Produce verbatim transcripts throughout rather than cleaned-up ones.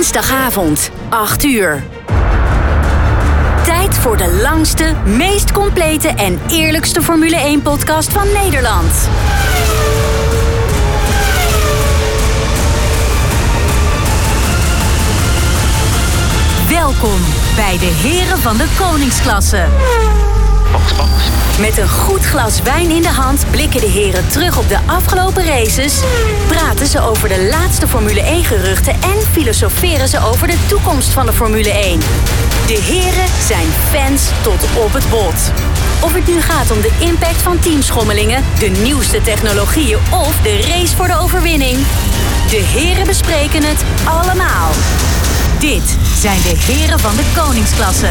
Dinsdagavond, acht uur. Tijd voor de langste, meest complete en eerlijkste Formule één-podcast van Nederland. Welkom bij de heren van de koningsklasse. Met een goed glas wijn in de hand blikken de heren terug op de afgelopen races, praten ze over de laatste Formule één-geruchten en filosoferen ze over de toekomst van de Formule één. De heren zijn fans tot op het bot. Of het nu gaat om de impact van teamschommelingen, de nieuwste technologieën of de race voor de overwinning. De heren bespreken het allemaal. Dit zijn de heren van de koningsklasse.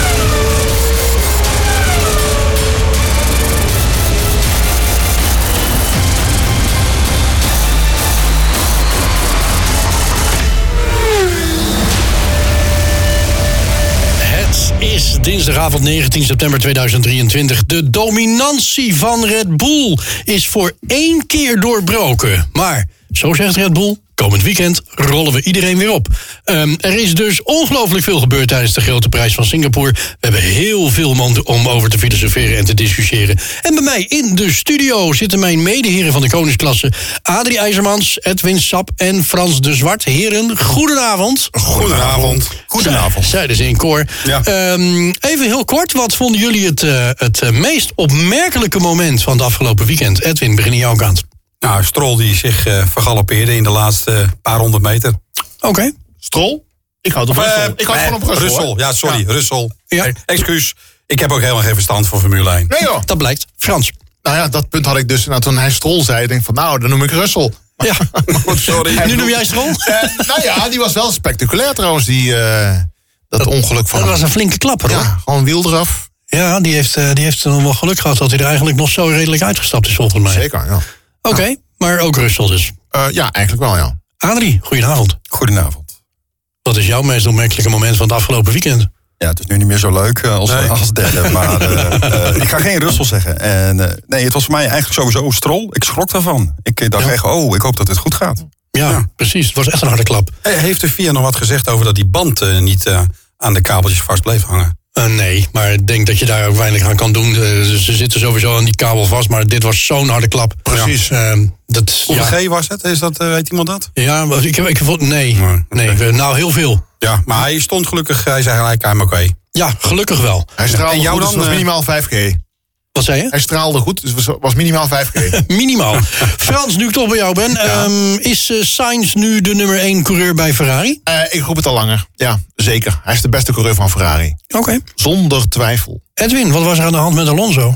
Het is dinsdagavond negentien september tweeduizend drieëntwintig. De dominantie van Red Bull is voor één keer doorbroken. Maar, zo zegt Red Bull, komend weekend rollen we iedereen weer op. Um, er is dus ongelooflijk veel gebeurd tijdens de grote prijs van Singapore. We hebben heel veel man om over te filosoferen en te discussiëren. En bij mij in de studio zitten mijn medeheren van de koningsklasse Adrie IJzermans, Edwin Sap en Frans de Zwart. Heren, goedenavond. Goedenavond. Goedenavond. Zeiden ze in koor. Ja. Um, even heel kort, wat vonden jullie het, uh, het meest opmerkelijke moment van het afgelopen weekend? Edwin, begin aan jouw kant. Nou, Stroll die zich uh, vergalopeerde in de laatste paar honderd meter. Oké. Okay. Stroll? Ik houd op of, Russell. Uh, ik houd uh, gewoon op Russell. Russell, ja, sorry, ja. Russell. Ja. Hey, excuus, ik heb ook helemaal geen verstand van Formule één. Nee joh. Dat blijkt. Frans. Nou ja, dat punt had ik dus nou, toen hij Stroll zei. Ik denk van, nou, dan noem ik Russell. Ja, sorry. Nu noem jij Stroll? Uh, nou ja, die was wel spectaculair trouwens, die, uh, dat, dat ongeluk van Dat was een flinke klapper, hoor. Ja, gewoon wiel eraf. Ja, die heeft, uh, die heeft nog wel geluk gehad dat hij er eigenlijk nog zo redelijk uitgestapt is, volgens mij. Zeker, ja. Oké, okay, ja. Maar ook Russell dus. Uh, ja, eigenlijk wel, ja. Adrie, goedenavond. Goedenavond. Wat is jouw meest opmerkelijke moment van het afgelopen weekend? Ja, het is nu niet meer zo leuk uh, als, nee. als derde, maar uh, uh, ik ga geen Russell zeggen. En, uh, nee, het was voor mij eigenlijk sowieso Stroll. Ik schrok daarvan. Ik dacht ja. echt, oh, ik hoop dat het goed gaat. Ja, ja, precies. Het was echt een harde klap. Hey, heeft de F I A nog wat gezegd over dat die band uh, niet uh, aan de kabeltjes vast bleef hangen? Uh, nee, maar ik denk dat je daar ook weinig aan kan doen. Uh, ze zitten sowieso aan die kabel vast, maar dit was zo'n harde klap. Precies. Ja. Uh, dat, Hoeveel ja. G was het? Is dat, uh, weet iemand dat? Ja, ik heb ik vond nee. Nee, okay. nee, nou heel veel. Ja, maar hij stond gelukkig, hij zei gelijk, I'm oké. Okay. Ja, gelukkig wel. Hij straalde en jou goed, dan, dus het was minimaal vijf G. Wat zei je? Hij straalde goed, dus het was minimaal vijf G. Minimaal. Frans, nu ik toch bij jou ben. Ja. Um, is uh, Sainz nu de nummer één coureur bij Ferrari? Uh, ik roep het al langer. Ja, zeker. Hij is de beste coureur van Ferrari. Oké. Okay. Zonder twijfel. Edwin, wat was er aan de hand met Alonso?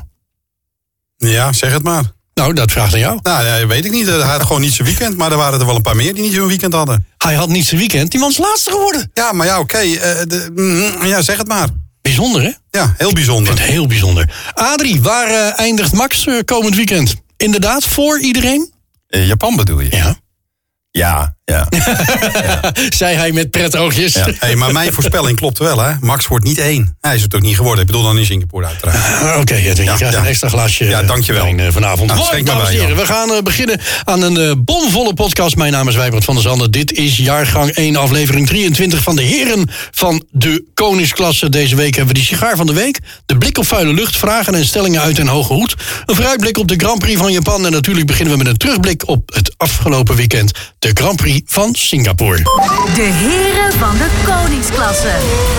Ja, zeg het maar. Nou, dat vraagt aan jou. Nou, ja, weet ik niet. Hij had gewoon niet zijn weekend. Maar er waren er wel een paar meer die niet zo'n weekend hadden. Hij had niet zijn weekend. Die man is laatste geworden. Ja, maar ja, oké. Okay. Uh, ja, zeg het maar. Bijzonder, hè? Ja, heel bijzonder. Ik vind het heel bijzonder. Adrie, waar uh, eindigt Max uh, komend weekend? Inderdaad, voor iedereen? Uh, Japan bedoel je? Ja. Ja, ja. ja. Zei hij met pretoogjes. Ja. Hey, maar mijn voorspelling klopt wel, hè? Max wordt niet één. Hij is het ook niet geworden. Ik bedoel dan in Singapore uiteraard. Uh, Oké, okay, je ja, krijgt ja. een extra glasje. Ja, dankjewel. Wijn, uh, vanavond. Nou, Hoi, dames en heren. We gaan uh, beginnen aan een uh, bomvolle podcast. Mijn naam is Wijbert van der Zanden. Dit is jaargang één, aflevering drieëntwintig van de heren van de koningsklasse. Deze week hebben we die sigaar van de week. De blik op vuile lucht, vragen en stellingen uit Den Hoge Hoed. Een vooruitblik op de Grand Prix van Japan. En natuurlijk beginnen we met een terugblik op het afgelopen weekend. De Grand Prix van Singapore. De heren van de koningsklasse.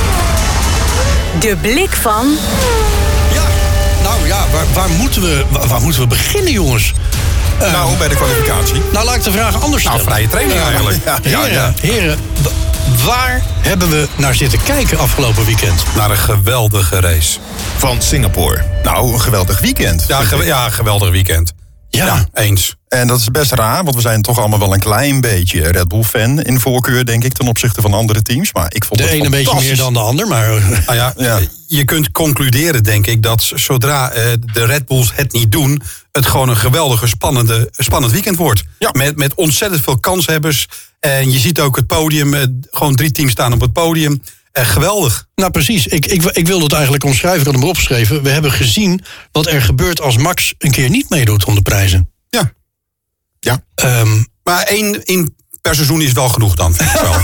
De blik van... Ja, nou ja, waar, waar, moeten, we, waar, waar moeten we beginnen, jongens? Uh, nou, bij de kwalificatie. Nou, laat ik de vraag anders stellen. Nou, vrije training uh, eigenlijk. Ja, heren, ja, ja. heren, waar hebben we naar zitten kijken afgelopen weekend? Naar een geweldige race. Van Singapore. Nou, een geweldig weekend. Ja, ge- ja geweldig weekend. Ja. ja, eens. En dat is best raar, want we zijn toch allemaal wel een klein beetje Red Bull-fan in voorkeur, denk ik, ten opzichte van andere teams. Maar ik vond de het ene een beetje meer dan de ander, maar... Ah, ja, ja. Je kunt concluderen, denk ik, dat zodra uh, de Red Bulls het niet doen, het gewoon een geweldige, spannende, spannend weekend wordt. Ja. Met, met ontzettend veel kanshebbers. En je ziet ook het podium, uh, gewoon drie teams staan op het podium. Uh, geweldig. Nou precies, ik, ik, ik wilde het eigenlijk omschrijven, ik had hem opgeschreven. We hebben gezien wat er gebeurt als Max een keer niet meedoet om de prijzen. Ja. Ja. Um, maar één, in per seizoen is wel genoeg dan. Vind ik wel.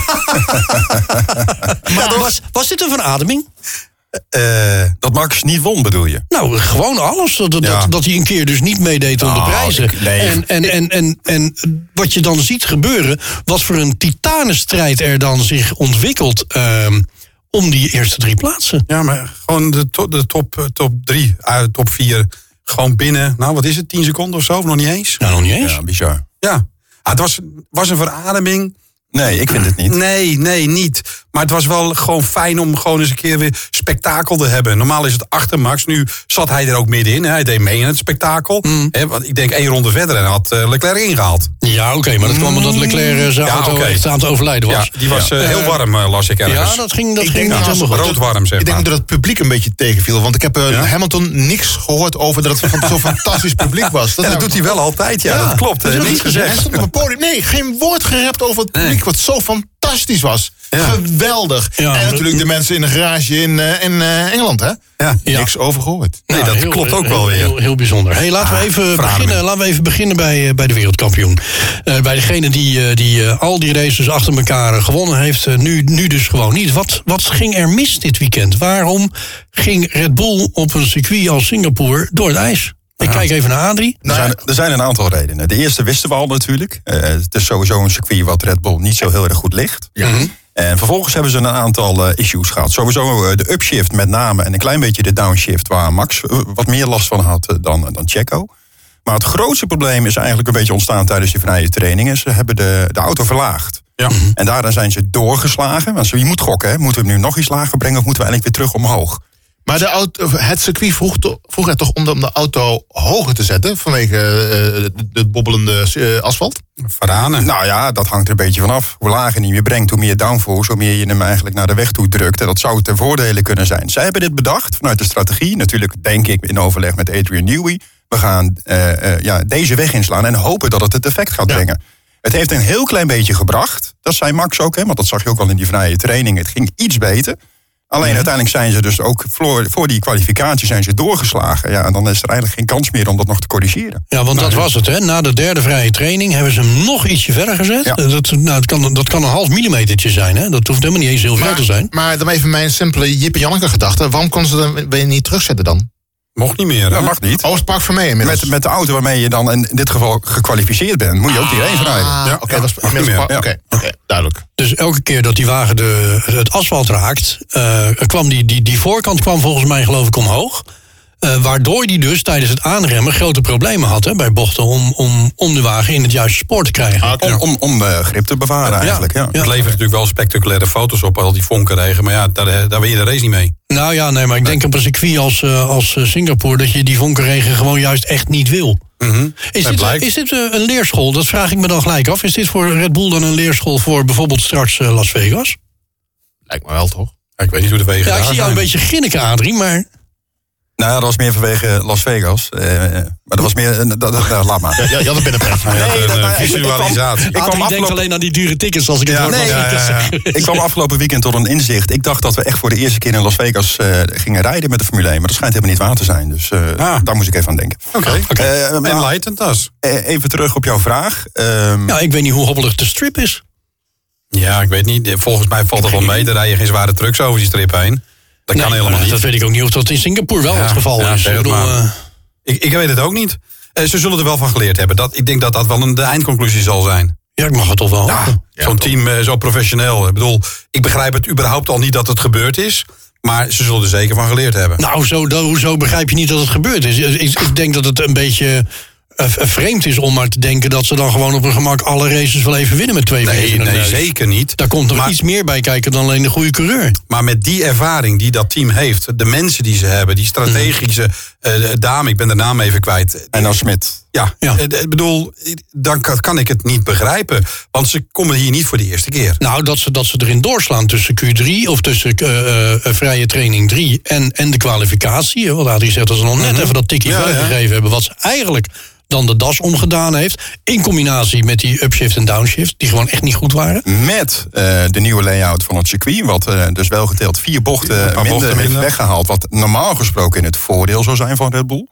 Maar was, was dit een verademing? Uh, dat Max niet won, bedoel je? Nou, gewoon alles. Dat, dat, Ja. dat hij een keer dus niet meedeed om de Nou, prijzen. ik- nee. En, en, en, en, en wat je dan ziet gebeuren, wat voor een titanenstrijd er dan zich ontwikkelt ehm, om die eerste drie plaatsen. Ja, maar gewoon de, to- de top, eh, top drie, uh, top vier. Gewoon binnen, nou wat is het, tien seconden of zo? Of nog niet eens? Nou, nog niet eens. Ja, bizar. Ja, ah, het was, was een verademing. Nee, ik vind het niet. Nee, nee, niet. Maar het was wel gewoon fijn om gewoon eens een keer weer spektakel te hebben. Normaal is het achter Max. Nu zat hij er ook middenin. Hij deed mee in het spektakel. Mm. Hè, want ik denk één ronde verder en had uh, Leclerc ingehaald. Ja, oké, maar dat kwam omdat Leclerc uh, zijn Ja, auto oké. echt aan het overlijden was. Ja, die was Ja. uh, heel Uh, warm, uh, las ik ergens. Ja, dat ging, dat Ik ging denk niet dat helemaal goed. rood warm, zeg Ik denk maar. dat het publiek een beetje tegenviel. Want ik heb uh, Ja? Hamilton niks gehoord over dat het zo fantastisch publiek was. Ja, dat doet hij wel altijd. Ja, Ja, dat klopt. dat is Hè, wel niets niet Hij gezegd. stond op een podium. Nee, geen woord gerept over het publiek. Nee. Wat zo fantastisch was. Ja. Geweldig. Ja, en maar- natuurlijk de mensen in de garage in, uh, in uh, Engeland, hè? Ja. Ja. Niks over gehoord. Nee, Nou, dat heel- klopt ook heel, wel weer. Heel, heel bijzonder. Hey, laten, we Ah, even verademing. beginnen, laten we even beginnen bij, eh, bij de wereldkampioen. Uh, bij degene die, uh, die uh, al die races achter elkaar uh, gewonnen heeft. Uh, nu, nu dus gewoon niet. Wat, wat ging er mis dit weekend? Waarom ging Red Bull op een circuit als Singapore door het ijs? Ik kijk even naar Adrie. Er zijn, er zijn een aantal redenen. De eerste wisten we al natuurlijk. Uh, het is sowieso een circuit wat Red Bull niet zo heel erg goed ligt. Mhm. En vervolgens hebben ze een aantal uh, issues gehad. Sowieso uh, de upshift met name en een klein beetje de downshift... waar Max uh, wat meer last van had uh, dan, dan Checo. Maar het grootste probleem is eigenlijk een beetje ontstaan tijdens die vrije trainingen. Ze hebben de, de auto verlaagd. Ja. En daarna zijn ze doorgeslagen. Want je moet gokken, hè? Moeten we hem nu nog iets lager brengen... of moeten we eigenlijk weer terug omhoog? Maar de auto, het circuit vroeg, to- vroeg er toch om de, om de auto hoger te zetten... vanwege uh, het bobbelende uh, asfalt? Varanen. Nou ja, dat hangt er een beetje vanaf. Hoe lager je meer brengt, hoe meer downforce... hoe meer je hem eigenlijk naar de weg toe drukt. En dat zou ten voordele kunnen zijn. Zij hebben dit bedacht vanuit de strategie. Natuurlijk denk ik in overleg met Adrian Newey. We gaan uh, uh, ja, deze weg inslaan en hopen dat het het effect gaat Ja. brengen. Het heeft een heel klein beetje gebracht. Dat zei Max ook, hè, want dat zag je ook wel in die vrije training. Het ging iets beter. Alleen uiteindelijk zijn ze dus ook voor, voor die kwalificatie zijn ze doorgeslagen. Ja, en dan is er eigenlijk geen kans meer om dat nog te corrigeren. Ja, want dat was het. Hè. Na de derde vrije training hebben ze hem nog ietsje verder gezet. Ja. Dat, nou, het kan, dat kan een half millimetertje zijn. Hè. Dat hoeft helemaal niet eens heel veel te zijn. Maar dan even mijn simpele Jip en Janneke gedachte. Waarom konden ze dan weer niet terugzetten dan? Mocht niet meer, hè? Dat mag niet. Oh, het Park Vermee inmiddels. Met, met de auto waarmee je dan in dit geval gekwalificeerd bent, moet je ook die race rijden. Ah, Ja, oké, ja, dat is mag niet inmiddels meer, Park- Oké, oké, duidelijk. Dus elke keer dat die wagen de, het asfalt raakt, uh, kwam die, die, die voorkant kwam volgens mij geloof ik omhoog. Uh, waardoor die dus tijdens het aanremmen grote problemen had hè, bij bochten om, om, om de wagen in het juiste spoor te krijgen. Ah, oké. Om, om, om uh, grip te bewaren eigenlijk. Ja. Ja. Het levert natuurlijk wel spectaculaire foto's op, al die vonkenregen. Maar ja, daar, daar win je de race niet mee. Nou ja, nee, maar ik denk op een circuit als, uh, als uh, Singapore dat je die vonkenregen gewoon juist echt niet wil. Mm-hmm. Is Dat dit, blijkt. is dit uh, een leerschool? Dat vraag ik me dan gelijk af. Is dit voor Red Bull dan een leerschool voor bijvoorbeeld straks uh, Las Vegas? Lijkt me wel, toch? Ja, ik weet niet hoe de wegen Ja, ik daar zie jou zijn. een beetje grinniken, Adrie, maar... Nou, dat was meer vanwege Las Vegas. Uh, maar dat was meer... Uh, dat, dat, uh, laat maar. Ja, je had een binnenpret. Hij had Nee, een dat- uh, nou, ik- ik kwam- visualisatie. Ik kwam Adrie denkt afgelopen- alleen aan die dure tickets als ik het Ja, hoor. nee, van ja, Tickets. ja, ja. Ik kwam afgelopen weekend tot een inzicht. Ik dacht dat we echt voor de eerste keer in Las Vegas uh, gingen rijden met de Formule één. Maar dat schijnt helemaal niet waar te zijn. Dus uh, Ah. daar moest ik even aan denken. Oké. Uh, maar, Enlightened das. uh, even terug op jouw vraag. Um, Ja, ik weet niet hoe hobbelig de strip is. Ja, ik weet niet. Volgens mij valt het wel mee. Er rijden geen zware trucks over die strip heen. Dat kan Nee, helemaal maar niet. Dat weet ik ook niet of dat in Singapore wel Ja, het geval ja, is. zeg Ik het bedoel, maar. uh, Ik, ik weet het ook niet. Uh, ze zullen er wel van geleerd hebben. Dat, ik denk dat dat wel een, de eindconclusie zal zijn. ja, ik mag het toch wel hopen. Zo'n team uh, zo professioneel. Ik bedoel, ik begrijp het überhaupt al niet dat het gebeurd is. Maar ze zullen er zeker van geleerd hebben. Nou, zo, hoezo begrijp je niet dat het gebeurd is? Ik, ik denk dat het een beetje uh, vreemd is om maar te denken dat ze dan gewoon op hun gemak alle races wel even winnen met twee nee, vingers in hun nee, neus. zeker niet. Daar komt nog Maar- iets meer bij kijken dan alleen de goede coureur. Maar met die ervaring die dat team heeft, de mensen die ze hebben, die strategische uh, dame, ik ben de naam even kwijt. en dan Smit. Ja, Ja. eh, ik bedoel, dan kan, kan ik het niet begrijpen. Want ze komen hier niet voor de eerste keer. Nou, dat ze, dat ze erin doorslaan tussen Q drie of tussen uh, uh, vrije training drie en, en de kwalificatie. hè, Want Adrie zegt dat ze nog net even dat tikje Ja, verder ja. gegeven hebben. Wat ze eigenlijk dan de das omgedaan heeft. In combinatie met die upshift en downshift, die gewoon echt niet goed waren. Met uh, de nieuwe layout van het circuit. Wat uh, dus wel geteld vier bochten Een paar minder bochten heeft minder. weggehaald. Wat normaal gesproken in het voordeel zou zijn van Red Bull.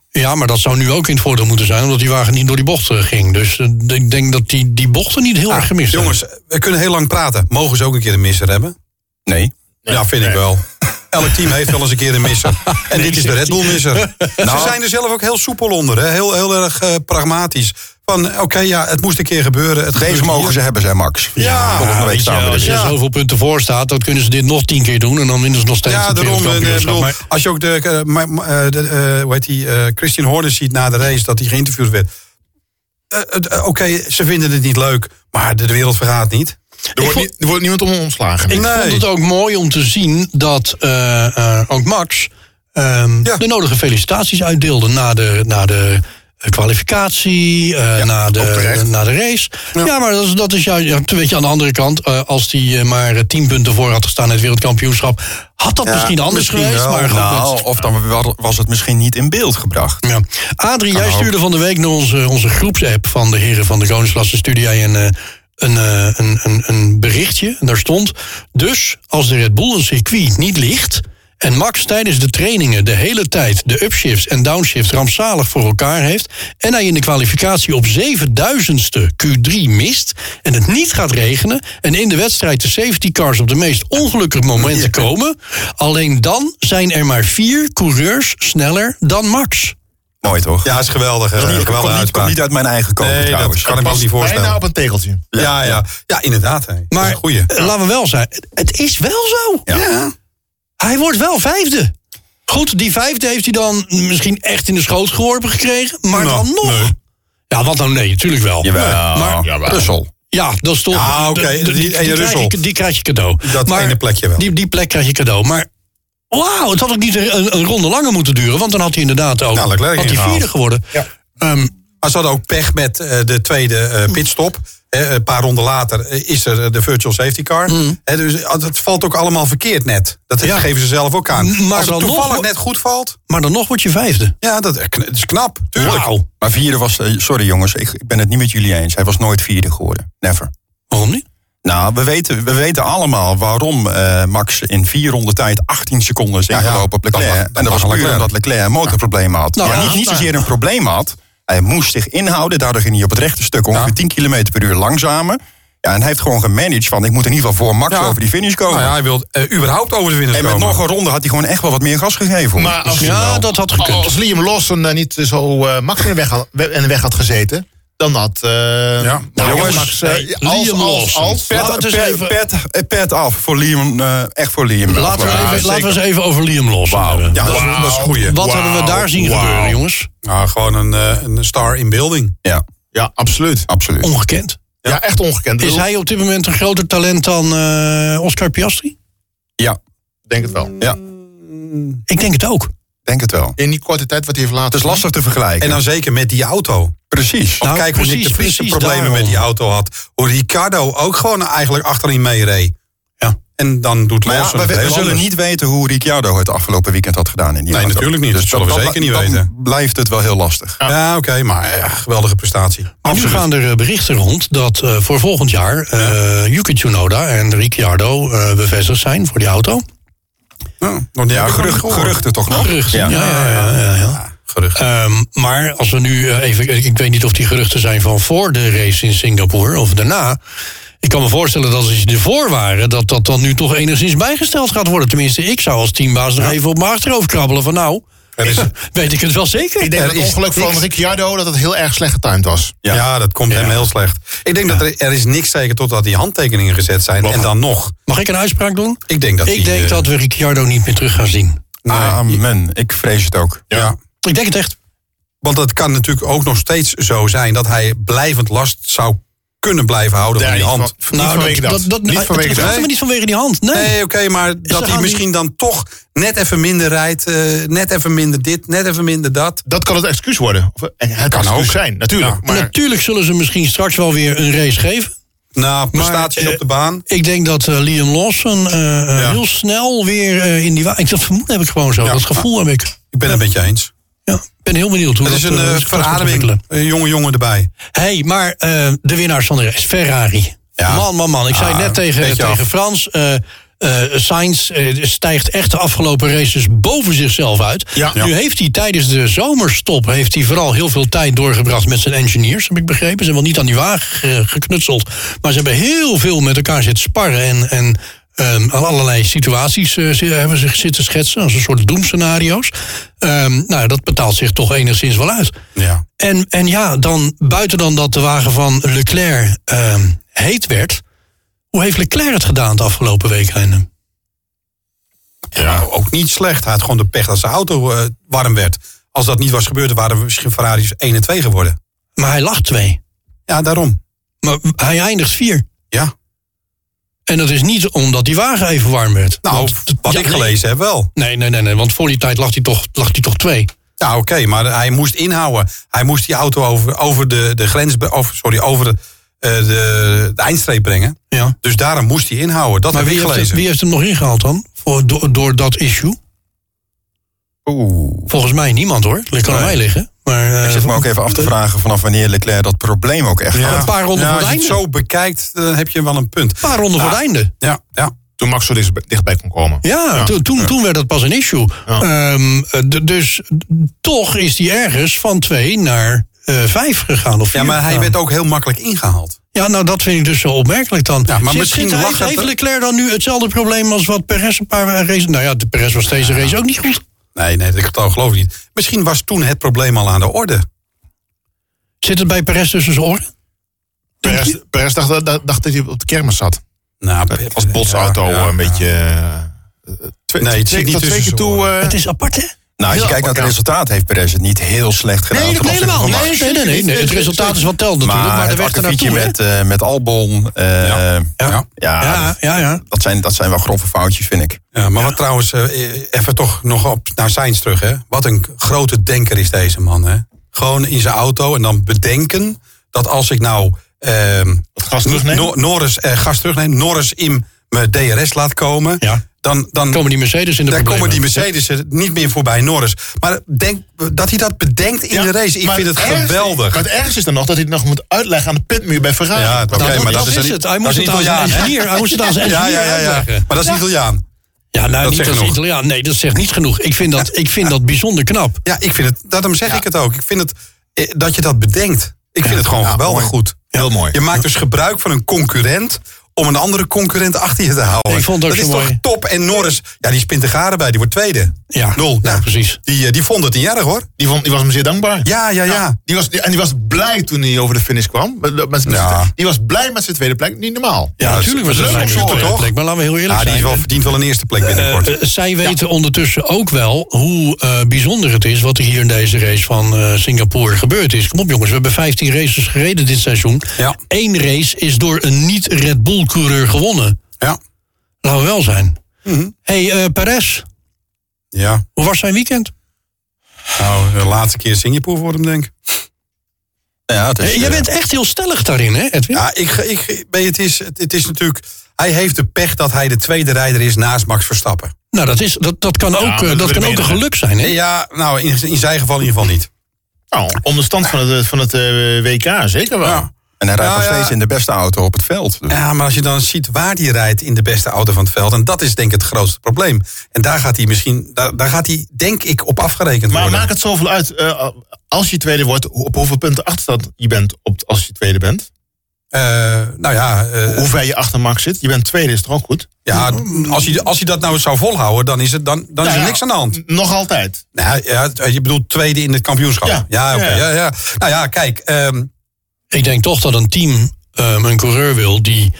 Ja, maar dat zou nu ook in het voordeel moeten zijn, omdat die wagen niet door die bochten ging. Dus uh, ik denk dat die, die bochten niet heel ah, erg gemist zijn. Jongens, we kunnen heel lang praten. Mogen ze ook een keer een misser hebben? Nee. Ja, vind nee. ik wel. Elk team heeft wel eens een keer een misser. En dit is de Red Bull misser. Nou, ze zijn er zelf ook heel soepel onder. Hè? Heel, heel erg uh, pragmatisch. Van, oké, okay, ja, het moest een keer gebeuren. Het Deze mogen hier. Ze hebben, zei Max. Ja, ja week je, als je ja. zoveel punten voor staat, dan kunnen ze dit nog tien keer doen. En dan winnen ze nog steeds ja, het wereldkampioenschap. Maar als je ook de, uh, de uh, hoe heet die, uh, Christian Horner ziet na de race, dat hij geïnterviewd werd. Uh, uh, Oké, okay, ze vinden het niet leuk, maar de, de wereld vergaat niet. Er wordt, vond, er wordt niemand om ontslagen. Ik nee. vond het ook mooi om te zien dat uh, uh, ook Max um, ja. de nodige felicitaties uitdeelde na de, na de kwalificatie, uh, ja, na, de, na de race. Ja, ja maar dat is, dat is juist, ja, weet je, aan de andere kant, uh, als hij uh, maar tien punten voor had gestaan in het wereldkampioenschap, had dat ja, misschien anders misschien geweest. Maar nou, met, of dan was het misschien niet in beeld gebracht. Ja. Adrie, jij stuurde van de week naar onze, onze groepsapp van de heren van de Koningsklasse, stuurde jij een, uh, een, uh, een, een, een berichtje. En daar stond, dus als de Red Bull een circuit niet ligt en Max tijdens de trainingen de hele tijd de upshifts en downshifts rampzalig voor elkaar heeft en hij in de kwalificatie op zevenduizendste Q drie mist en het niet gaat regenen en in de wedstrijd de safety cars op de meest ongelukkige momenten komen, alleen dan zijn er maar vier coureurs sneller dan Max. Mooi toch? Ja, is geweldig. Dat niet, komt, niet, komt niet uit mijn eigen kant nee, trouwens. Dat kan ik me ook niet voorstellen. Bijna op een tegeltje. Ja, ja, ja. ja inderdaad. Hè. Maar goeie. laten we wel zijn, het is wel zo. Ja. ja. Hij wordt wel vijfde. Goed, die vijfde heeft hij dan misschien echt in de schoot geworpen gekregen. Maar nou, dan nog. Nee. Ja, wat dan? Nee, natuurlijk wel. Jawel. Maar, Jawel. Russell. Ja, dat is toch... Ja, oké. Okay. Die, die, die, die, die krijg je cadeau. Dat maar, ene plekje wel. Die, die plek krijg je cadeau. Maar wauw, het had ook niet een, een ronde langer moeten duren. Want dan had hij inderdaad ook... Nou, had hij vierde geworden. Ja. Um, maar ze hadden ook pech met uh, de tweede uh, pitstop. He, een paar ronden later is er de virtual safety car. Mm. He, dus het valt ook allemaal verkeerd net. Dat ja. geven ze zelf ook aan. Maar als het toevallig nog, net goed valt... Maar dan nog word je vijfde. Ja, dat, dat is knap. Tuurlijk. Wow. Maar vierde was... Sorry jongens, ik, ik ben het niet met jullie eens. Hij was nooit vierde geworden. Never. Waarom niet? Nou, we weten, we weten allemaal waarom uh, Max in vier ronden tijd achttien seconden is ingelopen ja, ja. op Leclerc. Dat, dat en dat was puur omdat Leclerc een motorprobleem had. Nou, ja, niet, niet zozeer een probleem had. Hij moest zich inhouden, daardoor ging hij op het rechte stuk ongeveer ja. tien kilometer per uur langzamer. Ja, en hij heeft gewoon gemanaged van, ik moet in ieder geval voor Max ja. over die finish komen. Nou ja, hij wil uh, überhaupt over de finish en komen. En met nog een ronde had hij gewoon echt wel wat meer gas gegeven. Maar als, ja, wel. dat had gekund. Als Liam Lawson uh, niet zo uh, Max in de, weg had, in de weg had gezeten, dan had... Uh, ja. Nou, jongens, Max, uh, nee, als, Liam als, als, pet, pet, even... pet, pet af voor Liam, uh, echt voor Liam. Laten we, even, laten we eens even over Liam Lawson wow. hebben. Ja, dat, wow. dat is goeie. Wat wow. hadden we daar zien wow. gebeuren, jongens? Nou, gewoon een, uh, een star in building. Ja, ja absoluut. absoluut. Ongekend. Ja, ja, echt ongekend. Is hij op dit moment een groter talent dan uh, Oscar Piastri? Ja. Denk het wel. Ja. Ik denk het ook. Denk het wel. In die korte tijd wat hij heeft laten. Het is lastig te vergelijken. En dan zeker met die auto. Precies. Nou, kijk hoe Nick de Vries problemen daarom. met die auto had. Hoe Ricciardo ook gewoon eigenlijk achterin mee reed. Ja. En dan doet Lawson ja, het we, heel we zullen anders. niet weten hoe Ricciardo het afgelopen weekend had gedaan in die Nee, auto. natuurlijk niet. Dus dat zullen we dat, zeker niet dan weten. Blijft het wel heel lastig. Ja, ja oké, okay, maar ja, geweldige prestatie. Maar Absoluut. nu gaan er berichten rond dat uh, voor volgend jaar uh, ja. Yuki Tsunoda en Ricciardo uh, bevestigd zijn voor die auto. Ja, nog niet ja, gerucht, geruchten toch nog? Geruchten, ja. ja, ja, ja, ja, ja. ja geruchten. Um, maar als we nu uh, even... Ik weet niet of die geruchten zijn van voor de race in Singapore of daarna. Ik kan me voorstellen dat als ze ervoor waren, dat dat dan nu toch enigszins bijgesteld gaat worden. Tenminste, ik zou als teambaas nog ja. even op mijn achterhoofd krabbelen van nou... Is, weet ik het wel zeker. Ik denk dat het ongeluk van Ricciardo dat het heel erg slecht getimed was. Ja, ja dat komt ja. hem heel slecht. Ik denk ja. dat er, er is niks zeker totdat die handtekeningen gezet zijn. Mag, en dan nog. Mag ik een uitspraak doen? Ik denk dat, ik die, denk uh, dat we Ricciardo niet meer terug gaan zien. Nee. Amen. Ik vrees het ook. Ja. ja. Ik denk het echt. Want het kan natuurlijk ook nog steeds zo zijn dat hij blijvend last zou kunnen blijven houden ja, van die hand. Van, nou, niet vanwege dat. dat, dat niet vanwege het gaat nee. me niet vanwege die hand. Nee, nee oké, okay, maar dat hij misschien die... dan toch net even minder rijdt. Uh, net even minder dit, net even minder dat. Dat kan het excuus worden. Of, het kan ook zijn, natuurlijk. Ja. Maar... Natuurlijk zullen ze misschien straks wel weer een race geven. Nou, prestaties maar, op de baan. Ik denk dat uh, Liam Lawson uh, ja. heel snel weer uh, in die wagen... Dat vermoeden heb ik gewoon zo. Ja. Dat gevoel heb ik. Ik ben het met je eens. Ja, ik ben heel benieuwd hoe het dat is. Het is een uh, verademing, een jonge jongen erbij. Hé, hey, maar uh, de winnaars van de race, Ferrari. Ja. Man, man, man. Ik zei ah, net tegen, tegen Frans... Uh, Uh, Sainz uh, stijgt echt de afgelopen races boven zichzelf uit. Ja. Nu heeft hij tijdens de zomerstop heeft hij vooral heel veel tijd doorgebracht met zijn engineers, heb ik begrepen. Ze hebben wel niet aan die wagen geknutseld, maar ze hebben heel veel met elkaar zitten sparren en, en um, allerlei situaties uh, hebben ze zitten schetsen, als een soort doemscenario's. Um, nou, dat betaalt zich toch enigszins wel uit. Ja. En, en ja, dan buiten dan dat de wagen van Leclerc um, heet werd. Hoe heeft Leclerc het gedaan het afgelopen weekende? Ja, ook niet slecht. Hij had gewoon de pech dat zijn auto uh, warm werd. Als dat niet was gebeurd, waren we misschien Ferrari's één en twee geworden. Maar hij lag twee. Ja, daarom. Maar hij eindigt vier. Ja. En dat is niet omdat die wagen even warm werd. Nou, want, wat ja, ik gelezen nee. heb wel. Nee, nee, nee, nee, want voor die tijd lag hij toch, lag hij toch twee. Ja, oké, okay, maar hij moest inhouden. Hij moest die auto over, over de, de grens, over, sorry, over de, uh, de, de eindstreep brengen. Ja. Dus daarom moest hij inhouden. Dat maar heb ik wie gelezen. Heeft, wie heeft hem nog ingehaald dan? Voor, door, door dat issue? Oeh. Volgens mij niemand hoor. Dat kan aan mij liggen. Maar, uh, ik zit me ook even af te vragen vanaf wanneer Leclerc dat probleem ook echt ja. had. Een paar ronden ja, voor het als je einde. het zo bekijkt, dan heb je wel een punt. Een paar ronden ja. voor het einde. Ja, ja. Toen Max zo dichtbij kon komen. Ja, Ja. to, toen, Ja. toen werd dat pas een issue. Ja. Um, d- dus toch is die ergens van twee naar uh, vijf gegaan. Of Ja, vier maar hij gegaan. werd ook heel makkelijk ingehaald. Ja, nou dat vind ik dus zo opmerkelijk dan. Ja, maar Zit- misschien zit- lag heeft, het- heeft Leclerc dan nu hetzelfde probleem als wat Perez een paar races... Nou ja, de Perez was deze race ook niet goed. Nee, nee, dat geloof ik niet. Misschien was toen het probleem al aan de orde. Zit het bij Perez tussen zijn oren? Perez, Perez dacht, dacht, dacht dat hij op de kermis zat. Nou, Als botsauto ja, ja, een ja. beetje... Uh, twee, Nee, het twee, zit niet tot twee tussen keer zijn toe... oren. Uh, Het is apart, hè? Nou, als je Heel kijkt naar het apart, resultaat, heeft Perez het niet heel slecht gedaan. Nee, dat ten opzichte helemaal van niet. Max. Nee, nee, nee, nee. Het resultaat is wat telt natuurlijk. Maar, Maar de het weg ernaartoe, akkefietje hè? met, uh, met Albon, uh, Ja. ja, Ja. Ja, ja, ja. Dat, zijn, dat zijn wel grove foutjes, vind ik. Ja, maar wat trouwens, uh, even toch nog op naar Sainz terug, hè. Wat een grote denker is deze man, hè. Gewoon in zijn auto en dan bedenken dat als ik nou... Uh, gas terugneem? No- Norris, uh, gas terugneem, Norris in mijn D R S laat komen... Ja. Dan, dan Komen die Mercedes in de daar problemen. komen die Mercedes er niet meer voorbij Norris. Maar denk dat hij dat bedenkt in Ja, de race. Ik maar vind het ergste- geweldig. Maar het ergste is dan nog dat hij het nog moet uitleggen aan de pitmuur bij Ferrari. Ja, oké, Nou, maar dat, dat is is een- het. Hij dat moest is het een aan zijn Italiaan, hè? engineer. Hij moest het aan zijn Ja, engineer ja, ja, ja. uitleggen. Maar dat is Italiaan. Ja, nou, Dat niet zegt als genoeg. Italiaan. Nee, dat zegt niet genoeg. Ik vind dat, ik vind dat bijzonder knap. Ja, ik vind het, daarom zeg ik het ook. Ik vind het, eh, dat je dat bedenkt. Ik vind het gewoon Ja, geweldig mooi. goed. Heel mooi. Je maakt dus gebruik van een concurrent om een andere concurrent achter je te houden. Ik vond het ook dat zo is toch mooi. top. En Norris, ja, die spint de garen bij. Die wordt tweede. Ja, Nul. ja, Nou, precies. Die, eh, die vond het niet erg, hoor. Die, vond, die was hem zeer dankbaar. Ja, ja, ja. Die was, die- en die was blij toen hij over de finish kwam. Met, met, met- Ja. Die was blij met zijn tweede plek. Niet normaal. Ja, Ja, natuurlijk was dat het is een leuk om te horen, toch? Maar laten we heel eerlijk Ja, die zijn. is wel, verdient wel een eerste plek binnenkort. Uh, uh, zij weten ondertussen ook wel hoe uh, bijzonder het is wat er hier in deze race van uh, Singapore gebeurd is. Kom op jongens, we hebben vijftien races gereden dit seizoen. Ja. Eén race is door een niet-Red Bull-coureur gewonnen. Ja. Laten we wel zijn. Mhm. Hey, uh, Perez, Ja. hoe was zijn weekend? Nou, de laatste keer Singapore voor hem, denk ik. Ja, het is, Hey, jij uh, bent echt heel stellig daarin, hè Edwin? Ja, ik, ik, weet je, het, is, het, het is natuurlijk... Hij heeft de pech dat hij de tweede rijder is naast Max Verstappen. Nou, dat, is, dat, dat kan ook, uh, dat dat willen kan we ook een menen. geluk zijn, hè? Ja, nou, in, in zijn geval in ieder geval niet. Nou, om de stand van het, van het uh, W K zeker wel. Ja. en hij rijdt Nou, nog ja. steeds in de beste auto op het veld. Dus- Ja, maar als je dan ziet waar hij rijdt in de beste auto van het veld... en dat is denk ik het grootste probleem. En daar gaat hij misschien, daar, daar gaat hij denk ik op afgerekend Maar worden. maakt het zoveel uit, uh, als je tweede wordt, op hoeveel punten achterstand je bent op, als je tweede bent? Uh, nou ja, uh, Hoe ver je achter Max zit? Je bent tweede, is toch ook goed? ja als, hij, als hij dat nou zou volhouden, dan is, het, dan, dan is Nou er ja, niks aan de hand. Nog altijd. Nou, ja, je bedoelt tweede in het kampioenschap. Ja. ja, oké. Ja. ja, ja. Nou ja, kijk... Um, Ik denk toch dat een team um, een coureur wil die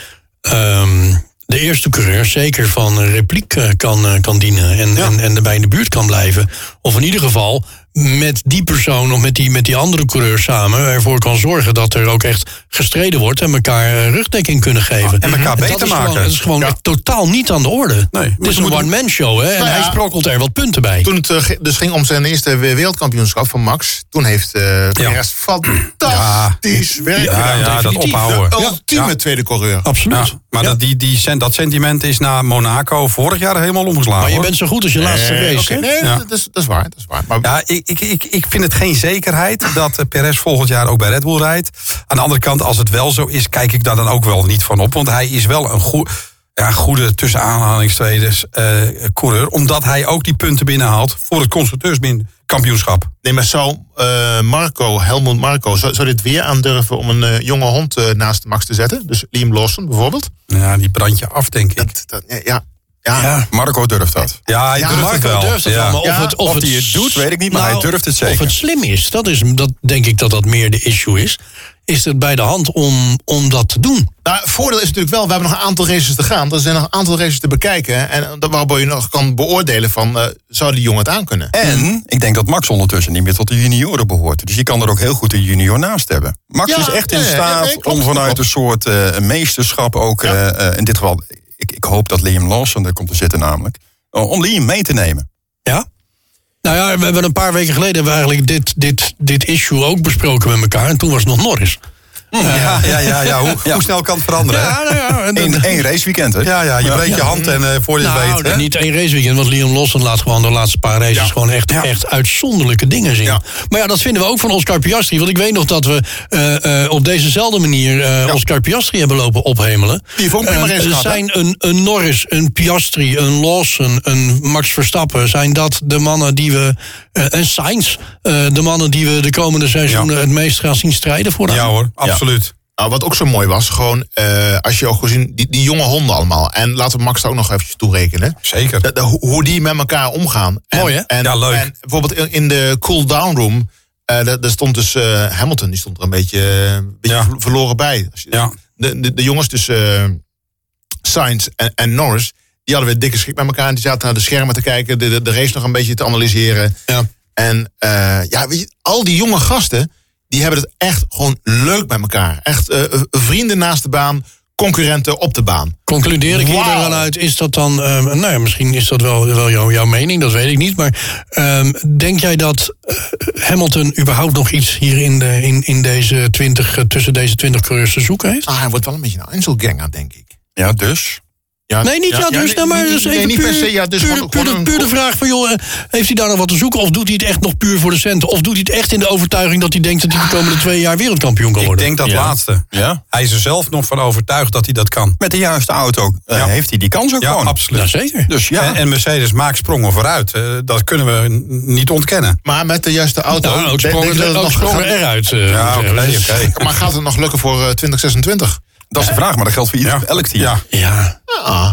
um, de eerste coureur zeker van een repliek uh, kan, uh, kan dienen. En, Ja. en, en erbij in de buurt kan blijven. Of in ieder geval met die persoon of met die, met die andere coureur samen ervoor kan zorgen dat er ook echt gestreden wordt en elkaar uh, rugdekking kunnen geven. en elkaar beter dat is maken. Gewoon, dat is gewoon Ja. echt totaal niet aan de orde. Nee, het maar is ze een moeten- one-man show, hè? En Nou ja. hij sprokkelt er wat punten bij. Toen het uh, ge- dus ging om zijn eerste wereldkampioenschap van Max, toen heeft uh, Perez fantastisch werk ja, gedaan. ja, dat definitief. ophouden. De ultieme Ja. tweede coureur. Absoluut. Ja, maar Ja. dat, die, die, sen- dat sentiment is na Monaco vorig jaar helemaal omgeslagen. Maar je hoor. bent zo goed als je laatste Eh, race. oké, hè? nee, Ja. dat, is, dat is waar. Dat is waar. Maar Ja, ik, ik, ik, ik vind het geen zekerheid dat eh, Perez volgend jaar ook bij Red Bull rijdt. Aan de andere kant, als het wel zo is, kijk ik daar dan ook wel niet van op. Want hij is wel een goed... ja, goede tussen aanhalingstredens uh, coureur. Omdat hij ook die punten binnenhaalt voor het constructeurskampioenschap. Nee, maar zou uh, Marco, Helmut Marco, zou, zou dit weer aandurven om een uh, jonge hond uh, naast Max te zetten? Dus Liam Lawson bijvoorbeeld? Ja, die brandt je af, denk ik. Dat, dat, ja, ja. Ja, Marco durft dat. Ja, hij Ja, durft het Marco wel. durft het ja. wel, maar of, Ja, het, of, Of het hij het doet, weet ik niet, maar nou, hij durft het zeker. Of het slim is, dat, is, dat denk ik dat dat meer de issue is. Is het bij de hand om, om dat te doen? Nou, het voordeel is natuurlijk wel, we hebben nog een aantal races te gaan. Er zijn nog een aantal races te bekijken. En waarbij je nog kan beoordelen van, uh, zou die jongen het aankunnen? En ik denk dat Max ondertussen niet meer tot de junioren behoort. Dus je kan er ook heel goed een junior naast hebben. Max Ja, is echt in ja, ja, staat ja, nee, klopt, om vanuit klopt. een soort uh, meesterschap ook, Ja. uh, uh, in dit geval, ik, ik hoop dat Liam Lawson er komt te zitten namelijk, uh, om Liam mee te nemen. Ja? Nou ja, we hebben een paar weken geleden hebben we eigenlijk dit, dit, dit issue ook besproken met elkaar. En toen was het nog Norris. Ja, ja, ja, ja. Hoe, Ja. hoe snel kan het veranderen? hè? Ja, nou ja. En, Eén één raceweekend, hè? Ja, ja, je breekt je hand en uh, voor je het nou, weet. hè? niet één raceweekend, want Liam Lawson laat gewoon de laatste paar races Ja. gewoon echt, Ja. echt uitzonderlijke dingen zien. Ja. Maar ja, dat vinden we ook van Oscar Piastri. Want ik weet nog dat we uh, uh, op dezezelfde manier uh, Oscar Piastri hebben lopen ophemelen. Die heeft ook prima Uh, race gehad, hè? zijn een, een Norris, een Piastri, een Lawson, een Max Verstappen, zijn dat de mannen die we, uh, en Sainz, uh, de mannen die we de komende seizoenen Ja. het meest gaan zien strijden voor. Ja hoor, absoluut. Nou, wat ook zo mooi was, gewoon uh, als je ook gezien, die, die jonge honden allemaal. En laten we Max daar ook nog eventjes toerekenen. Zeker. De, de, hoe hoe die met elkaar omgaan. En, Mooi, hè? En, Ja, leuk. En bijvoorbeeld in, in de cool-down room, uh, daar, daar stond dus uh, Hamilton, die stond er een beetje, uh, een beetje Ja. ver- verloren bij. Als je- Ja. De, de, de jongens tussen uh, Sainz en, en Norris, die hadden weer dikke schrik met elkaar. En die zaten naar de schermen te kijken, de, de, de race nog een beetje te analyseren. Ja. En uh, ja, weet je, al die jonge gasten, die hebben het echt gewoon leuk met elkaar. Echt uh, vrienden naast de baan, concurrenten op de baan. Concludeer ik hier Wauw. dan uit, is dat dan, uh, nou ja, misschien is dat wel, wel jouw, jouw mening, dat weet ik niet. Maar um, denk jij dat uh, Hamilton überhaupt nog iets hier in, de, in, in deze twintig, uh, tussen deze twintig coureurs te zoeken heeft? Ah, hij wordt wel een beetje een Einzelganger, denk ik. Ja, dus. Ja, Nee, niet ja, dus, nee, nou, maar nee, dus nee, even niet puur, per se. Ja, dus puur, gewoon- puur, gewoon de, een- puur de vraag van, joh, uh, heeft hij daar nog wat te zoeken? Of doet hij het echt nog puur voor de centen? Of doet hij het echt in de overtuiging dat hij denkt dat hij de komende twee jaar wereldkampioen kan Ik worden? denk dat Ja. laatste. Ja. Hij is er zelf nog van overtuigd dat hij dat kan. Met de juiste auto uh, Ja. heeft hij die kans ook Ja, gewoon. absoluut. Ja, zeker. Dus ja, En, en Mercedes maakt sprongen vooruit. Uh, dat kunnen we n- niet ontkennen. Maar met de juiste auto. Nou, ook denk- denk sprongen, je dat het ook nog sprongen gaat- eruit. Uh, Ja, moet oké, ik zeggen. oké. Maar gaat het nog lukken voor uh, twintig zesentwintig? dat is de vraag, maar dat geldt voor ieder, Ja. elk team. Ja. Ja. Ah,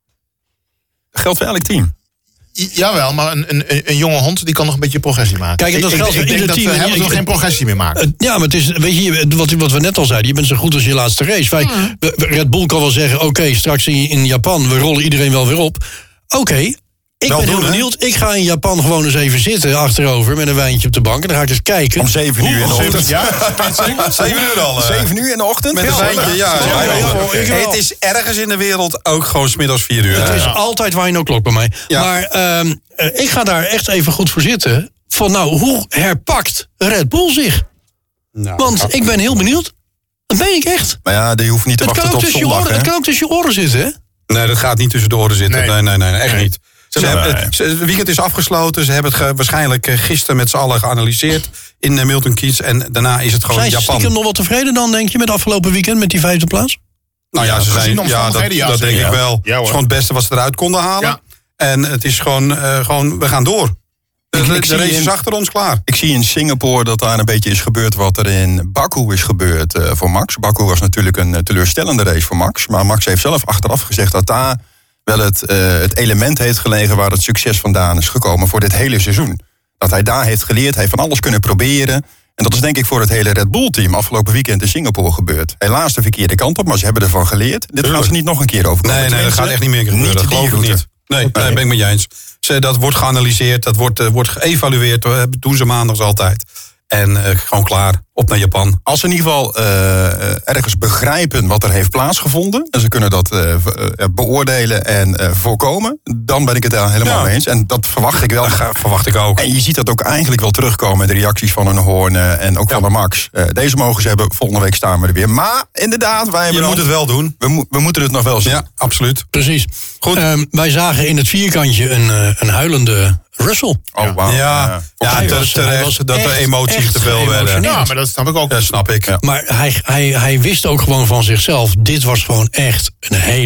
Dat geldt voor elk team. j- jawel, maar een, een, een jonge hond die kan nog een beetje progressie maken. Kijk, en dat ik, geldt ik, voor ik denk ieder dat team. we En Hamilton ik- nog geen progressie meer maken. Uh, Ja, maar het is, weet je, wat, wat we net al zeiden, je bent zo goed als je laatste race. Wij, we- we- Red Bull kan wel zeggen, oké, straks in, in Japan, we rollen iedereen wel weer op. Oké, ik Wel ben doen, heel hè? benieuwd. Ik ga in Japan gewoon eens even zitten achterover met een wijntje op de bank. En dan ga ik eens kijken. Om zeven uur in de Hoe- ochtend. Ja? Zeven uur al. uh, Zeven uur in de ochtend? Met een Ja, wijntje, ja. ja, ja, ja, ja. ik wel. Het is ergens in de wereld ook gewoon 's middags vier uur. Het is Ja. altijd wine o'clock bij mij. Ja. Maar ehm, eh, ik ga daar echt even goed voor zitten. Van nou, hoe herpakt Red Bull zich? Nou, Want ik ben heel benieuwd. Dat ben ik echt. Maar ja, je hoeft niet te Het kan, wachten ook tot tussen je zondag. oren, hè? het kan ook tussen je oren zitten, hè? Nee, dat gaat niet tussen de oren zitten. Nee. Nee, nee, nee, nee, echt niet. Ze Nee. hebben het, ze- het weekend is afgesloten. Ze hebben het ge- waarschijnlijk eh, gisteren met z'n allen geanalyseerd in eh, Milton Keynes. En daarna is het gewoon Zijn ze Japan. stiekem nog wel tevreden dan, denk je, met afgelopen weekend met die vijfde plaats? Nou ja, ze gezien zijn, ja, dat, omstandigheden, ja, dat denk zeker. ik wel. Ja, Het hoor. is gewoon het beste wat ze eruit konden halen. Ja. En het is gewoon, eh, gewoon we gaan door. De, Ik- de, ik de zie race is in- achter ons klaar. Ik zie in Singapore dat daar een beetje is gebeurd wat er in Baku is gebeurd uh, voor Max. Baku was natuurlijk een uh, teleurstellende race voor Max. Maar Max heeft zelf achteraf gezegd dat daar wel het, uh, het element heeft gelegen waar het succes vandaan is gekomen voor dit hele seizoen. Dat hij daar heeft geleerd, hij heeft van alles kunnen proberen. En dat is denk ik voor het hele Red Bull team afgelopen weekend in Singapore gebeurd. Helaas de verkeerde kant op, maar ze hebben ervan geleerd. Dit gaan ze niet nog een keer overkomen. Nee, nee, dat gaat echt niet meer gebeuren. Niet dat die geloof ik route. niet. Nee, nee, ben ik met je eens. Ze, dat wordt geanalyseerd, dat wordt, uh, wordt geëvalueerd. Dat doen ze maandags altijd. En uh, gewoon klaar, op naar Japan. Als ze in ieder geval uh, ergens begrijpen wat er heeft plaatsgevonden... en ze kunnen dat uh, uh, beoordelen en uh, voorkomen... dan ben ik het daar helemaal Ja. mee eens. En dat verwacht ik wel. Dat ga- verwacht ik ook. En je ziet dat ook eigenlijk wel terugkomen... in de reacties van een Hoorn en ook van de Max. Uh, deze mogen ze hebben, volgende week staan we er weer. Maar inderdaad, wij Je hebben moet dan- het wel doen. we, mo- we moeten het nog wel zien. Ja, absoluut. Precies. Goed. Ehm, wij zagen in het vierkantje een, uh, een huilende Russell. Oh, wauw. Ja, ja, Hij te- was- hij terecht was dat de echt- emoties echt te veel werden. geëmotioneerd. Ja, maar dat snap ik ook. Dat snap ik. Maar hij, hij, hij wist ook gewoon van zichzelf, dit was gewoon echt een hele,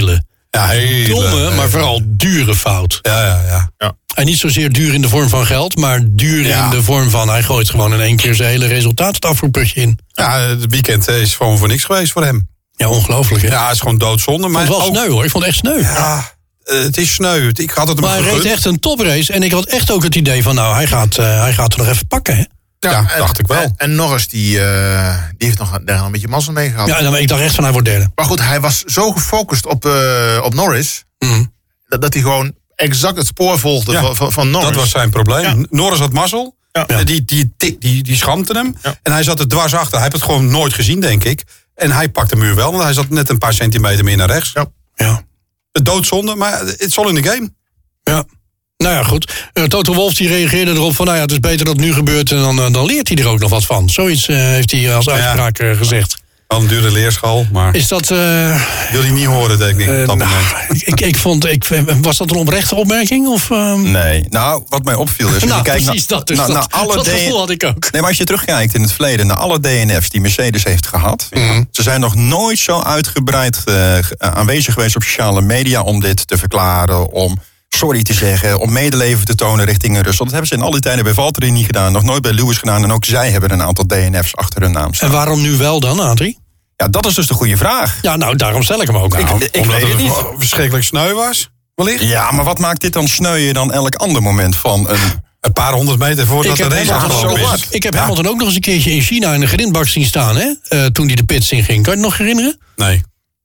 Ja, hele, domme, hele. maar vooral dure fout. Ja, ja, ja. Ja. En niet zozeer duur in de vorm van geld, maar duur Ja. in de vorm van... hij gooit gewoon in één keer zijn hele resultaat het afvoerputje in. Ja, het weekend is gewoon voor niks geweest voor hem. Ja, ongelooflijk, hè? Ja, het is gewoon doodzonde. Ik Maar vond het wel ook- sneu, hoor. Ik vond het echt sneu. Ja, eh, het is sneu. Ik had het hem Maar hij reed gegund. echt een toprace. En ik had echt ook het idee van, nou, hij gaat, uh, hij gaat er nog even pakken, hè? Ja, en- dacht ik wel. En, en Norris, die, uh, die heeft nog daar een beetje mazzel mee gehad. Ja, en dan, ik dacht echt van, hij wordt derde. Maar goed, hij was zo gefocust op, uh, op Norris... Mm. Dat, dat hij gewoon exact het spoor volgde Ja, van, van, van Norris. Dat was zijn probleem. Ja. Norris had mazzel. Ja. Eh, Die, die, die, die, die schampte hem. Ja. En hij zat er dwars achter. Hij heeft het gewoon nooit gezien, denk ik. En hij pakte de muur wel, want hij zat net een paar centimeter meer naar rechts. Ja. Ja. De doodzonde, maar it's all in the game. Ja. Nou ja, goed. Uh, Toto Wolff die reageerde erop van... nou ja, het is beter dat het nu gebeurt en dan, uh, dan leert hij er ook nog wat van. Zoiets uh, heeft hij als uitspraak uh, gezegd. Wel een dure leerschool, maar Is dat... Uh, wil hij niet horen, denk ik, uh, op dat nou, moment. ik, ik vond... Ik, was dat een oprechte opmerking? Of, um... Nee, nou, wat mij opviel is... als nou, je kijkt precies naar, dat. Dus naar, dat, naar alle dat D- gevoel had ik ook. Nee, maar als je terugkijkt in het verleden... naar alle D N F's die Mercedes heeft gehad... Mm. ze zijn nog nooit zo uitgebreid uh, aanwezig geweest op sociale media... om dit te verklaren, om sorry te zeggen... om medeleven te tonen richting Rusland. Dat hebben ze in al die tijden bij Valtteri niet gedaan... nog nooit bij Lewis gedaan en ook zij hebben een aantal D N F's achter hun naam staan. En waarom nu wel dan, Adrie? Ja, dat is dus de goede vraag. Ja, nou, daarom stel ik hem ook. Ik, Nou, ik Omdat weet het het niet. verschrikkelijk sneu was, wellicht. Ja, maar wat maakt dit dan sneuier dan elk ander moment van een... Een paar honderd meter voordat ik de heb, race Hamilton afgelopen ook, is. ik heb Ja. Hamilton ook nog eens een keertje in China in de grindbak zien staan, hè? Uh, toen hij de pits in ging. Kan je het nog herinneren? Nee.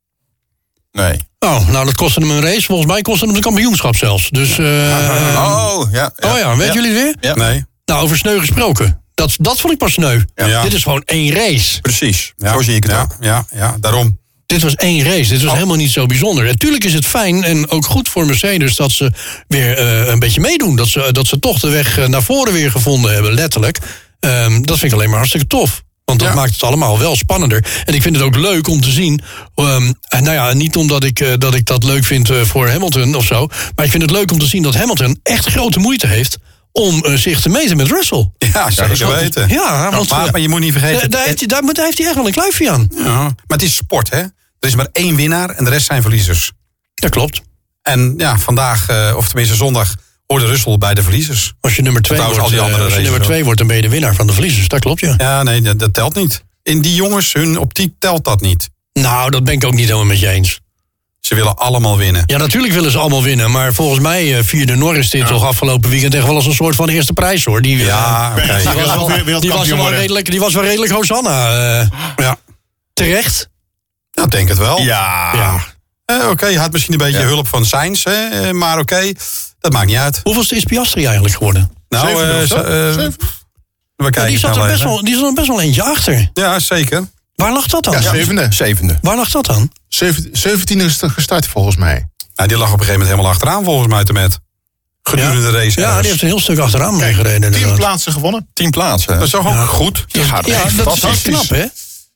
Nee. Oh, nou, dat kostte hem een race. Volgens mij kostte hem de kampioenschap zelfs. Dus, uh, Oh, ja. ja. oh ja, weten jullie het weer? Ja. Nee. Nou, over sneu gesproken. Dat, dat vond ik pas sneu. Ja. Dit is gewoon één race. Precies, Ja. zo zie ik het ja, ook. Ja, ja, daarom. Dit was één race. Dit was helemaal niet zo bijzonder. Natuurlijk is het fijn en ook goed voor Mercedes... dat ze weer uh, een beetje meedoen. Dat ze, dat ze toch de weg uh, naar voren weer gevonden hebben, letterlijk. Um, dat vind ik alleen maar hartstikke tof. Want dat Ja. maakt het allemaal wel spannender. En ik vind het ook leuk om te zien... Um, nou ja, niet omdat ik, uh, dat ik dat leuk vind uh, voor Hamilton of zo... maar ik vind het leuk om te zien dat Hamilton echt grote moeite heeft... om uh, zich te meten met Russell. Ja, zeker weten. Ja, want, maar, maar je moet niet vergeten... Daar, daar, heeft hij, daar, moet- daar heeft hij echt wel een kluifje aan. Ja, maar het is sport, hè? Er is maar één winnaar en de rest zijn verliezers. Dat klopt. En ja, vandaag, uh, of tenminste zondag, hoorde Russell bij de verliezers. Als je nummer twee, Trouwens, wordt, al die andere uh, als je races nummer ook. twee wordt, dan ben je de winnaar van de verliezers. Dat klopt, ja. Ja, nee, dat, dat telt niet. In die jongens, hun optiek telt dat niet. Nou, dat ben ik ook niet helemaal met je eens. Ze willen allemaal winnen. Ja, natuurlijk willen ze allemaal winnen. Maar volgens mij uh, vierde Norris dit toch afgelopen weekend echt wel als een soort van eerste prijs, hoor. Die, uh, Ja, oké. die, was, Ja, wel, weer- die, was wereldkampioen wel worden. redelijk, die was wel redelijk Hosanna. Uh, Ja, terecht. ja, ik denk het wel. Ja. Ja. Eh, oké, oké, hij had misschien een beetje Ja. hulp van Sainz, hè, eh, maar oké, dat maakt niet uit. Hoeveelste is Piastri eigenlijk geworden? Nou, Zevende eh, of zo? zo, eh, Zeven? we Ja, kijken die, zat snel er best even. wel, die zat er best wel eentje achter. Ja, zeker. Waar lag dat dan? Ja, zevende. Zevende. Waar lag dat dan? Zeven- Zeventiende is het gestart volgens mij. Nou, die lag op een gegeven moment helemaal achteraan volgens mij te met. Gedurende de race. Ja, ergens. die heeft een heel stuk achteraan meegereden. Tien inderdaad. plaatsen gewonnen. Tien plaatsen. Dat is toch ook goed? Ja, Ja, dat is fantastisch. knap, hè?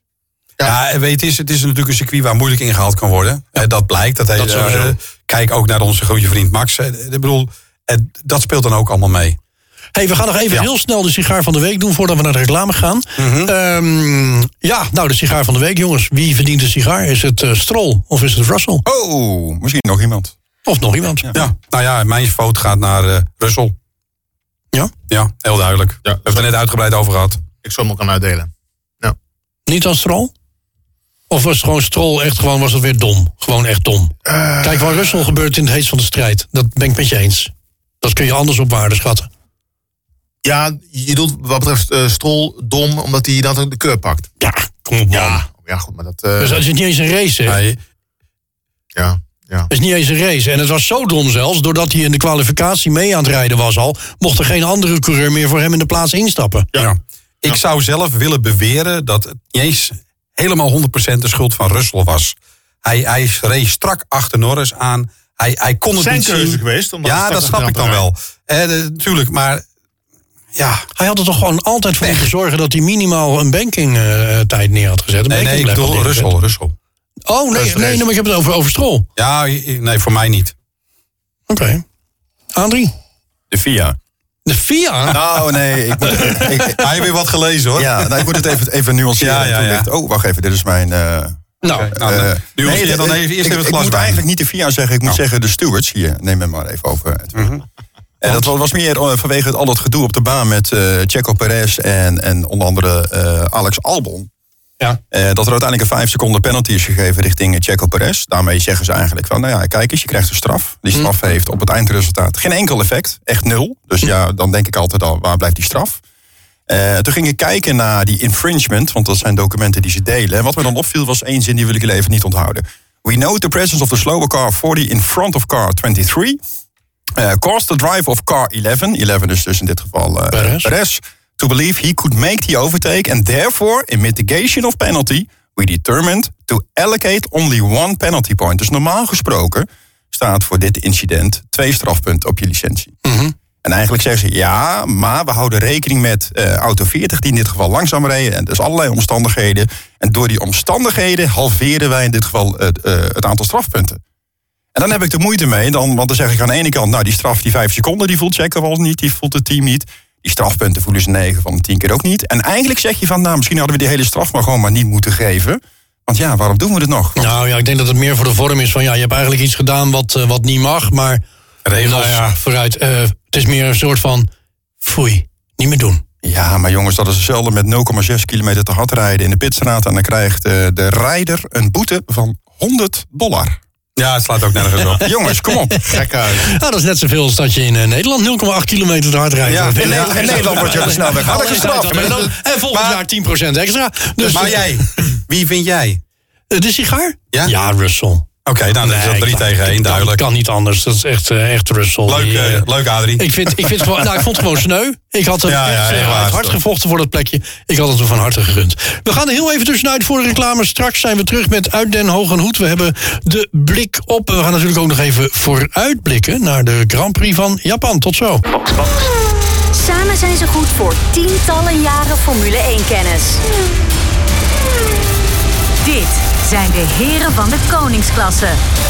Ja, en weet, het, is, het is natuurlijk een circuit waar moeilijk ingehaald kan worden. Eh, Dat blijkt. Dat Dat hij, sowieso. eh, kijk ook naar onze goede vriend Max. Eh, Ik bedoel, eh, dat speelt dan ook allemaal mee. Hey, we gaan nog even Ja. heel snel de sigaar van de week doen voordat we naar de reclame gaan. Mhm. Ehm, ja, nou, de sigaar van de week, jongens. Wie verdient de sigaar? Is het uh, Stroll of is het Russell? Oh, misschien nog iemand. Of nog iemand? Ja. Ja, nou ja, mijn vote gaat naar uh, Russell. Ja? Ja, heel duidelijk. Ja, We hebben het er net uitgebreid over gehad. Ik zal hem ook gaan uitdelen. Niet als Stroll? Of was het gewoon Stroll echt gewoon, was het weer dom? Gewoon echt dom. Uh, Kijk, wat Russell gebeurt in het heetst van de strijd. Dat ben ik met je eens. Dat kun je anders op waarde schatten. Ja, je doet wat betreft uh, Stroll dom, omdat hij dan ook de keur pakt. Ja, kom op, man. Ja, ja goed, maar dat... Uh, Dus het is niet eens een race, hè? Nee, ja, ja. Het is niet eens een race. En het was zo dom zelfs, doordat hij in de kwalificatie mee aan het rijden was al, mocht er geen andere coureur meer voor hem in de plaats instappen. ja. Ik zou zelf willen beweren dat het niet eens helemaal honderd procent de schuld van Russell was. Hij, hij reed strak achter Norris aan. Hij, hij kon het Zijn niet keuze zien. geweest. Om Ja, dat snap ik dan wel. Eh, de- natuurlijk, maar ja. Hij had er toch gewoon altijd voor moeten zorgen dat hij minimaal een banking uh, tijd neer had gezet. Een Nee, nee, ik banking bedoel lap had Russell, neergezet. Russell. Oh, nee, Rus- nee, nee, maar ik heb het over, over Stroll. Ja, nee, voor mij niet. Oké. Okay. Adrie? De V I A. De F I A? Nou, nee. Ik moet, ik, Hij heeft weer wat gelezen, hoor. ja, nou, ik moet het even, even nuanceren. Ja, ja, Toen ja. dacht ik, oh, wacht even, dit is mijn, uh, Nou, okay. nou uh, nu nee, je dan even, eerst ik, even het ik glas moet bij. eigenlijk niet de V I A zeggen, ik moet nou. zeggen de stewards. Hier, neem hem maar even over. Mm-hmm. En dat was meer vanwege het, al het gedoe op de baan met uh, Checo Perez en, en onder andere uh, Alex Albon. Ja. Uh, dat er uiteindelijk een vijf seconden penalty is gegeven richting Checo Perez. Daarmee zeggen ze eigenlijk van, nou ja, kijk eens, je krijgt een straf. Die straf mm. heeft op het eindresultaat geen enkel effect, echt nul. Dus ja, dan denk ik altijd al, waar blijft die straf? Uh, toen ging ik kijken naar die infringement, want dat zijn documenten die ze delen. En wat me dan opviel was één zin, die wil ik er even niet onthouden. We note the presence of the slower car forty in front of car twenty-three. Uh, caused the driver of car eleven, eleven is dus in dit geval uh, Perez. Perez, to believe he could make the overtake, and therefore, in mitigation of penalty, we determined to allocate only one penalty point. Dus normaal gesproken staat voor dit incident twee strafpunten op je licentie. Mm-hmm. En eigenlijk zeggen ze, ja, maar we houden rekening met uh, auto veertig... die in dit geval langzaam reden. En dus allerlei omstandigheden. En door die omstandigheden halveren wij in dit geval uh, uh, het aantal strafpunten. En dan heb ik de moeite mee, dan, want dan zeg ik aan de ene kant... nou, die straf, die vijf seconden, die voelt Checo wel niet, die voelt het team niet. Die strafpunten voelen ze negen van de tien keer ook niet. En eigenlijk zeg je van, nou, misschien hadden we die hele straf... maar gewoon maar niet moeten geven. Want ja, waarom doen we het nog? Want... Nou ja, ik denk dat het meer voor de vorm is van... ja, je hebt eigenlijk iets gedaan wat, uh, wat niet mag, maar... regels, nou ja, vooruit. Uh, het is meer een soort van, foei, niet meer doen. Ja, maar jongens, dat is hetzelfde met nul komma zes kilometer te hard rijden in de pitstraat... en dan krijgt uh, de rijder een boete van honderd dollar. Ja, het slaat ook nergens op. Jongens, kom op. Gek uit. Nou, dat is net zoveel als dat je in uh, Nederland nul komma acht kilometer te hard rijdt. Ja, in, ja, in Nederland wordt je op de snelweg harder gestraft. En, dan, en volgend maar, jaar tien procent extra. Dus, maar jij, wie vind jij? Uh, de sigaar? Ja, ja Russell. Oké, okay, nou, dan is dat drie tegen één, duidelijk. Dat kan niet anders, dat is echt, uh, echt Russell. Leuk, die, uh, leuk Adrie. Ik, vind, ik, vind gewoon, nou, ik vond het gewoon sneu. Ik had het ja, echt, ja, uh, hard toch. gevochten voor dat plekje. Ik had het er van harte gegund. We gaan er heel even tussenuit voor de reclame. Straks zijn we terug met Uit Den Hoog en Hoed. We hebben de blik op. We gaan natuurlijk ook nog even vooruitblikken naar de Grand Prix van Japan. Tot zo. Samen zijn ze goed voor tientallen jaren Formule één-kennis. Dit zijn de heren van de koningsklasse.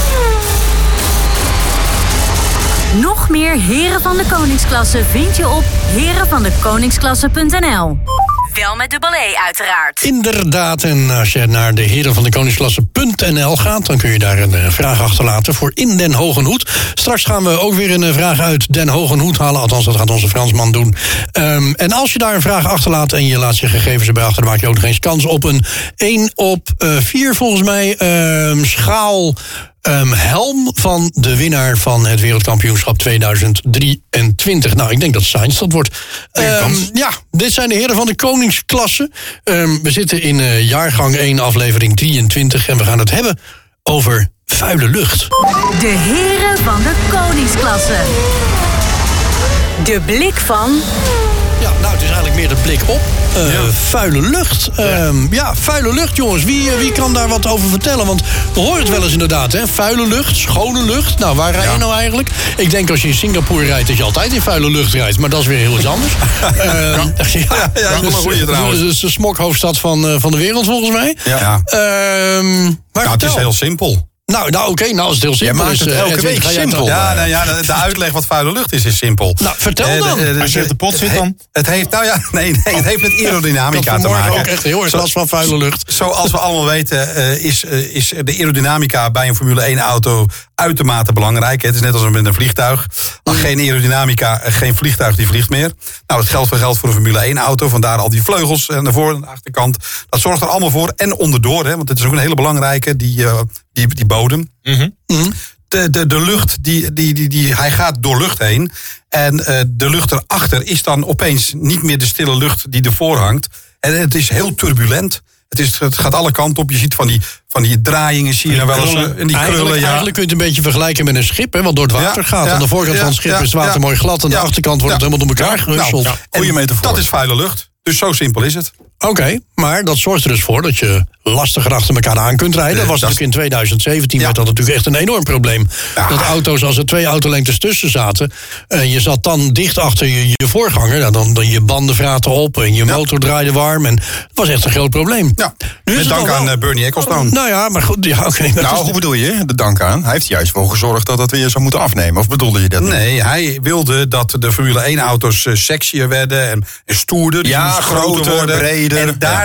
Nog meer heren van de koningsklasse vind je op heren van de koningsklasse punt n l. Wel met dubbel E uiteraard. Inderdaad, en als je naar de heren van de koningsklasse punt n l gaat... dan kun je daar een vraag achterlaten voor In Den Hogen Hoed. Straks gaan we ook weer een vraag uit Den Hogen Hoed halen. Althans, dat gaat onze Fransman doen. Um, en als je daar een vraag achterlaat en je laat je gegevens erbij achter... dan maak je ook nog eens kans op een één op vier volgens mij um, schaal... Um, helm van de winnaar van het wereldkampioenschap tweeduizend drieëntwintig. Nou, ik denk dat Sainz dat wordt. Um, ja, dit zijn de heren van de koningsklasse. Um, we zitten in uh, jaargang één, aflevering drieëntwintig... en we gaan het hebben over vuile lucht. De heren van de koningsklasse. De blik van... Ja, nou, het is eigenlijk meer de blik op. Uh, ja. Vuile lucht. Uh, ja. ja, vuile lucht, jongens. Wie, wie kan daar wat over vertellen? Want we horen het wel eens inderdaad, hè. Vuile lucht, schone lucht. Nou, waar rij je ja. nou eigenlijk? Ik denk als je in Singapore rijdt, dat je altijd in vuile lucht rijdt. Maar dat is weer heel iets anders. uh, ja, ja, ja, ja dus, een goeie trouwens. Dat is de smokhoofdstad van, uh, van de wereld, volgens mij. Ja. Uh, maar nou, het is heel simpel. Nou, nou oké, okay, nou als het heel simpel ja, is... het elke week simpel. Ja, nou ja, de, de uitleg wat vuile lucht is, is simpel. Nou, vertel dan. Uh, de, de, als je op de pot zit dan... Het heeft, nou ja, nee, nee, het heeft met aerodynamica te maken. Ook echt heel erg last van vuile lucht. Zoals we allemaal weten uh, is, uh, is de aerodynamica bij een Formule één auto uitermate belangrijk. Het is net als met een vliegtuig. Als geen aerodynamica, geen vliegtuig die vliegt meer. Nou, het geldt voor geldt voor een Formule één auto. Vandaar al die vleugels naar voren en de achterkant. Dat zorgt er allemaal voor. En onderdoor, hè, want het is ook een hele belangrijke, die, uh, die, die bodem. Mm-hmm. Mm-hmm. De, de, de lucht, die, die, die, die, hij gaat door lucht heen. En uh, de lucht erachter is dan opeens niet meer de stille lucht die ervoor hangt. En het is heel turbulent. Het, is, het gaat alle kanten op. Je ziet van die, van die draaiingen, zie je nou wel eens. En die eigenlijk, krullen, ja. eigenlijk kun je het een beetje vergelijken met een schip, hè, wat door het water ja, gaat. Ja, aan de voorkant ja, van het schip ja, is het water ja, mooi glad. Aan de ja, achterkant wordt ja, het helemaal door elkaar ja, gehusseld. Nou, goeie metafoor. Dat is vuile lucht. Dus zo simpel is het. Oké, okay, maar dat zorgt er dus voor dat je lastiger achter elkaar aan kunt rijden. Dat was natuurlijk in tweeduizend zeventien ja. werd dat natuurlijk echt een enorm probleem. Ja. Dat auto's, als er twee autolengtes tussen zaten, uh, je zat dan dicht achter je, je voorganger. Nou, dan, dan je banden vraten op en je ja. motor draaide warm. En dat was echt een groot probleem. Ja. Nu is Met dank aan uh, Bernie Ecclestone. Nou ja, maar goed. Ja, okay, nou, hoe bedoel je de dank aan? Hij heeft juist voor gezorgd dat dat weer zou moeten afnemen. Of bedoelde je dat niet? Nee, hij wilde dat de Formule één auto's uh, sexier werden en, en stoerder. Ja, groter worden. Breder. En daardoor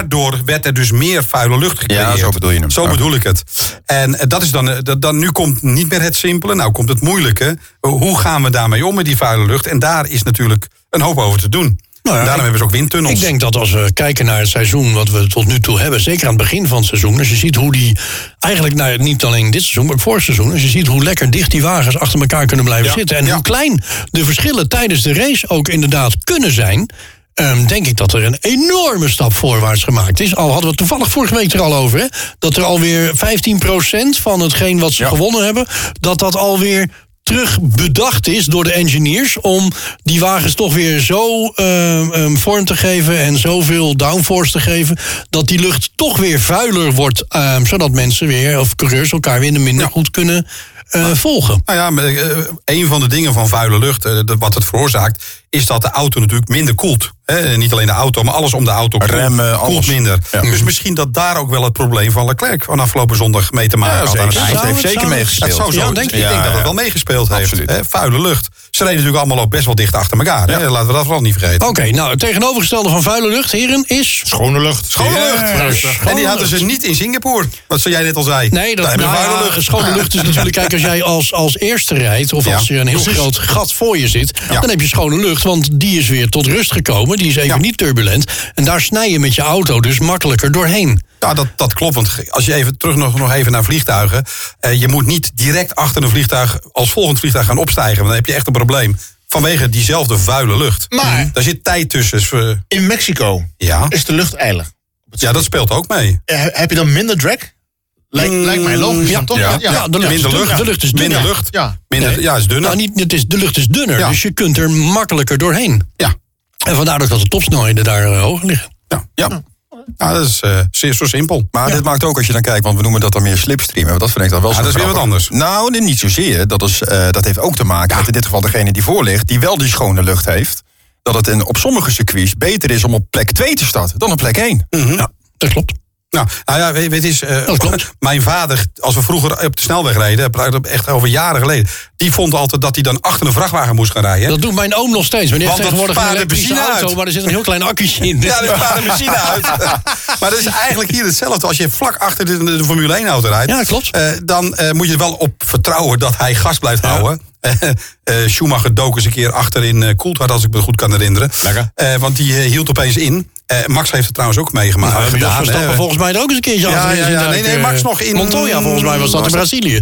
daardoor werd er dus meer vuile lucht gecreëerd. Ja, zo bedoel je hem. Zo bedoel ik het. En dat is dan, dan, nu komt niet meer het simpele, nou komt het moeilijke. Hoe gaan we daarmee om met die vuile lucht? En daar is natuurlijk een hoop over te doen. Nou ja, daarom hebben ze ook windtunnels. Ik denk dat als we kijken naar het seizoen wat we tot nu toe hebben, zeker aan het begin van het seizoen, als je ziet hoe die, eigenlijk nou, niet alleen dit seizoen, maar ook vorig seizoen, als je ziet hoe lekker dicht die wagens achter elkaar kunnen blijven ja, zitten en ja. hoe klein de verschillen tijdens de race ook inderdaad kunnen zijn, Um, denk ik dat er een enorme stap voorwaarts gemaakt is. Al hadden we het toevallig vorige week er al over, hè, dat er alweer vijftien procent van hetgeen wat ze ja. gewonnen hebben, dat dat alweer terug bedacht is door de engineers om die wagens toch weer zo um, um, vorm te geven en zoveel downforce te geven, dat die lucht toch weer vuiler wordt, um, zodat mensen weer, of coureurs elkaar weer minder ja. goed kunnen uh, volgen. Nou ja, uh, een van de dingen van vuile lucht, uh, wat het veroorzaakt, is dat de auto natuurlijk minder koelt. He, niet alleen de auto, maar alles om de auto koelt, Remmen, koelt alles. minder. Ja. Dus misschien dat daar ook wel het probleem van Leclerc van afgelopen zondag mee te maken had. Ja, Het heeft zeker, zeker meegespeeld. Dat zou zo, ja, denk denk ik, ik denk ja, dat het ja. wel meegespeeld Absoluut. heeft. He, vuile lucht. Ze reden natuurlijk allemaal ook best wel dicht achter elkaar. Ja. He, laten we dat vooral niet vergeten. Oké, okay, nou, het tegenovergestelde van vuile lucht, heren, is Schone lucht. Schone Ja, lucht. schone En die hadden lucht. ze niet in Singapore. Wat jij net al zei. Nee, dat Daar hebben we nou, vuile ja, lucht. schone lucht is natuurlijk, kijk, als jij als, als eerste rijdt, of Ja, als je een heel precies. groot gat voor je zit, Ja. dan heb je schone lucht, want die is weer tot rust gekomen, die is even Ja. niet turbulent, en daar snij je met je auto dus makkelijker doorheen. Ja, dat, dat klopt. Want als je even terug nog, nog even naar vliegtuigen. Eh, je moet niet direct achter een vliegtuig als volgend vliegtuig gaan opstijgen. Want dan heb je echt een probleem. Vanwege diezelfde vuile lucht. Maar- Daar zit tijd tussen. Dus, uh, In Mexico ja. is de lucht eilig. ja, dat speelt ook mee. Eh, Heb je dan minder drag? Lijkt, Mm, lijkt mij logisch ja, dan toch? ja. Ja, de lucht, Minder is, lucht. dun- de lucht is dunner. Minder lucht. Ja. Minder, Nee. ja, is dunner. Nou, niet, het is, de lucht is dunner, Ja. dus je kunt er makkelijker doorheen. Ja. En vandaar ook dat de topsnelheden daar uh, hoger liggen. Ja. Ja. Ja, dat is uh, zeer zo simpel. Maar Ja. dit maakt ook, als je dan kijkt, want we noemen dat dan meer slipstream. En dat vind ik dan wel Ja, zo dat is weer grappig. wat anders. Nou, nee, niet zozeer. Dat, is, uh, dat heeft ook te maken met in dit geval degene die voor ligt, die wel die schone lucht heeft. Dat het in, op sommige circuits beter is om op plek twee te starten dan op plek één. Mm-hmm. Ja, dat klopt. Nou, nou ja, weet, weet eens, uh, Dat klopt. mijn vader, als we vroeger op de snelweg reden, praat ik echt over jaren geleden, die vond altijd dat hij dan achter een vrachtwagen moest gaan rijden. Dat doet mijn oom nog steeds. Maar die heeft Want dat tegenwoordig een spaart de elektrische benzine auto, uit. maar er zit een heel klein accu'tje in. Ja, dat spaart de benzine uit. Maar dat is eigenlijk hier hetzelfde. Als je vlak achter de, de Formule één auto rijdt, Ja, klopt. Uh, dan uh, moet je er wel op vertrouwen dat hij gas blijft houden. Uh, uh, Schumacher dook eens een keer achter in uh, Coulthard, als ik me goed kan herinneren. Lekker. Uh, want die uh, hield opeens in. Uh, Max heeft het trouwens ook meegemaakt. Nou, gedaan, Jos Verstappen hè. volgens mij er ook eens een keertje Ja, achter. ja, ja. Nee, nee, Max nog in- Montoya volgens mij was dat in was dat- Brazilië.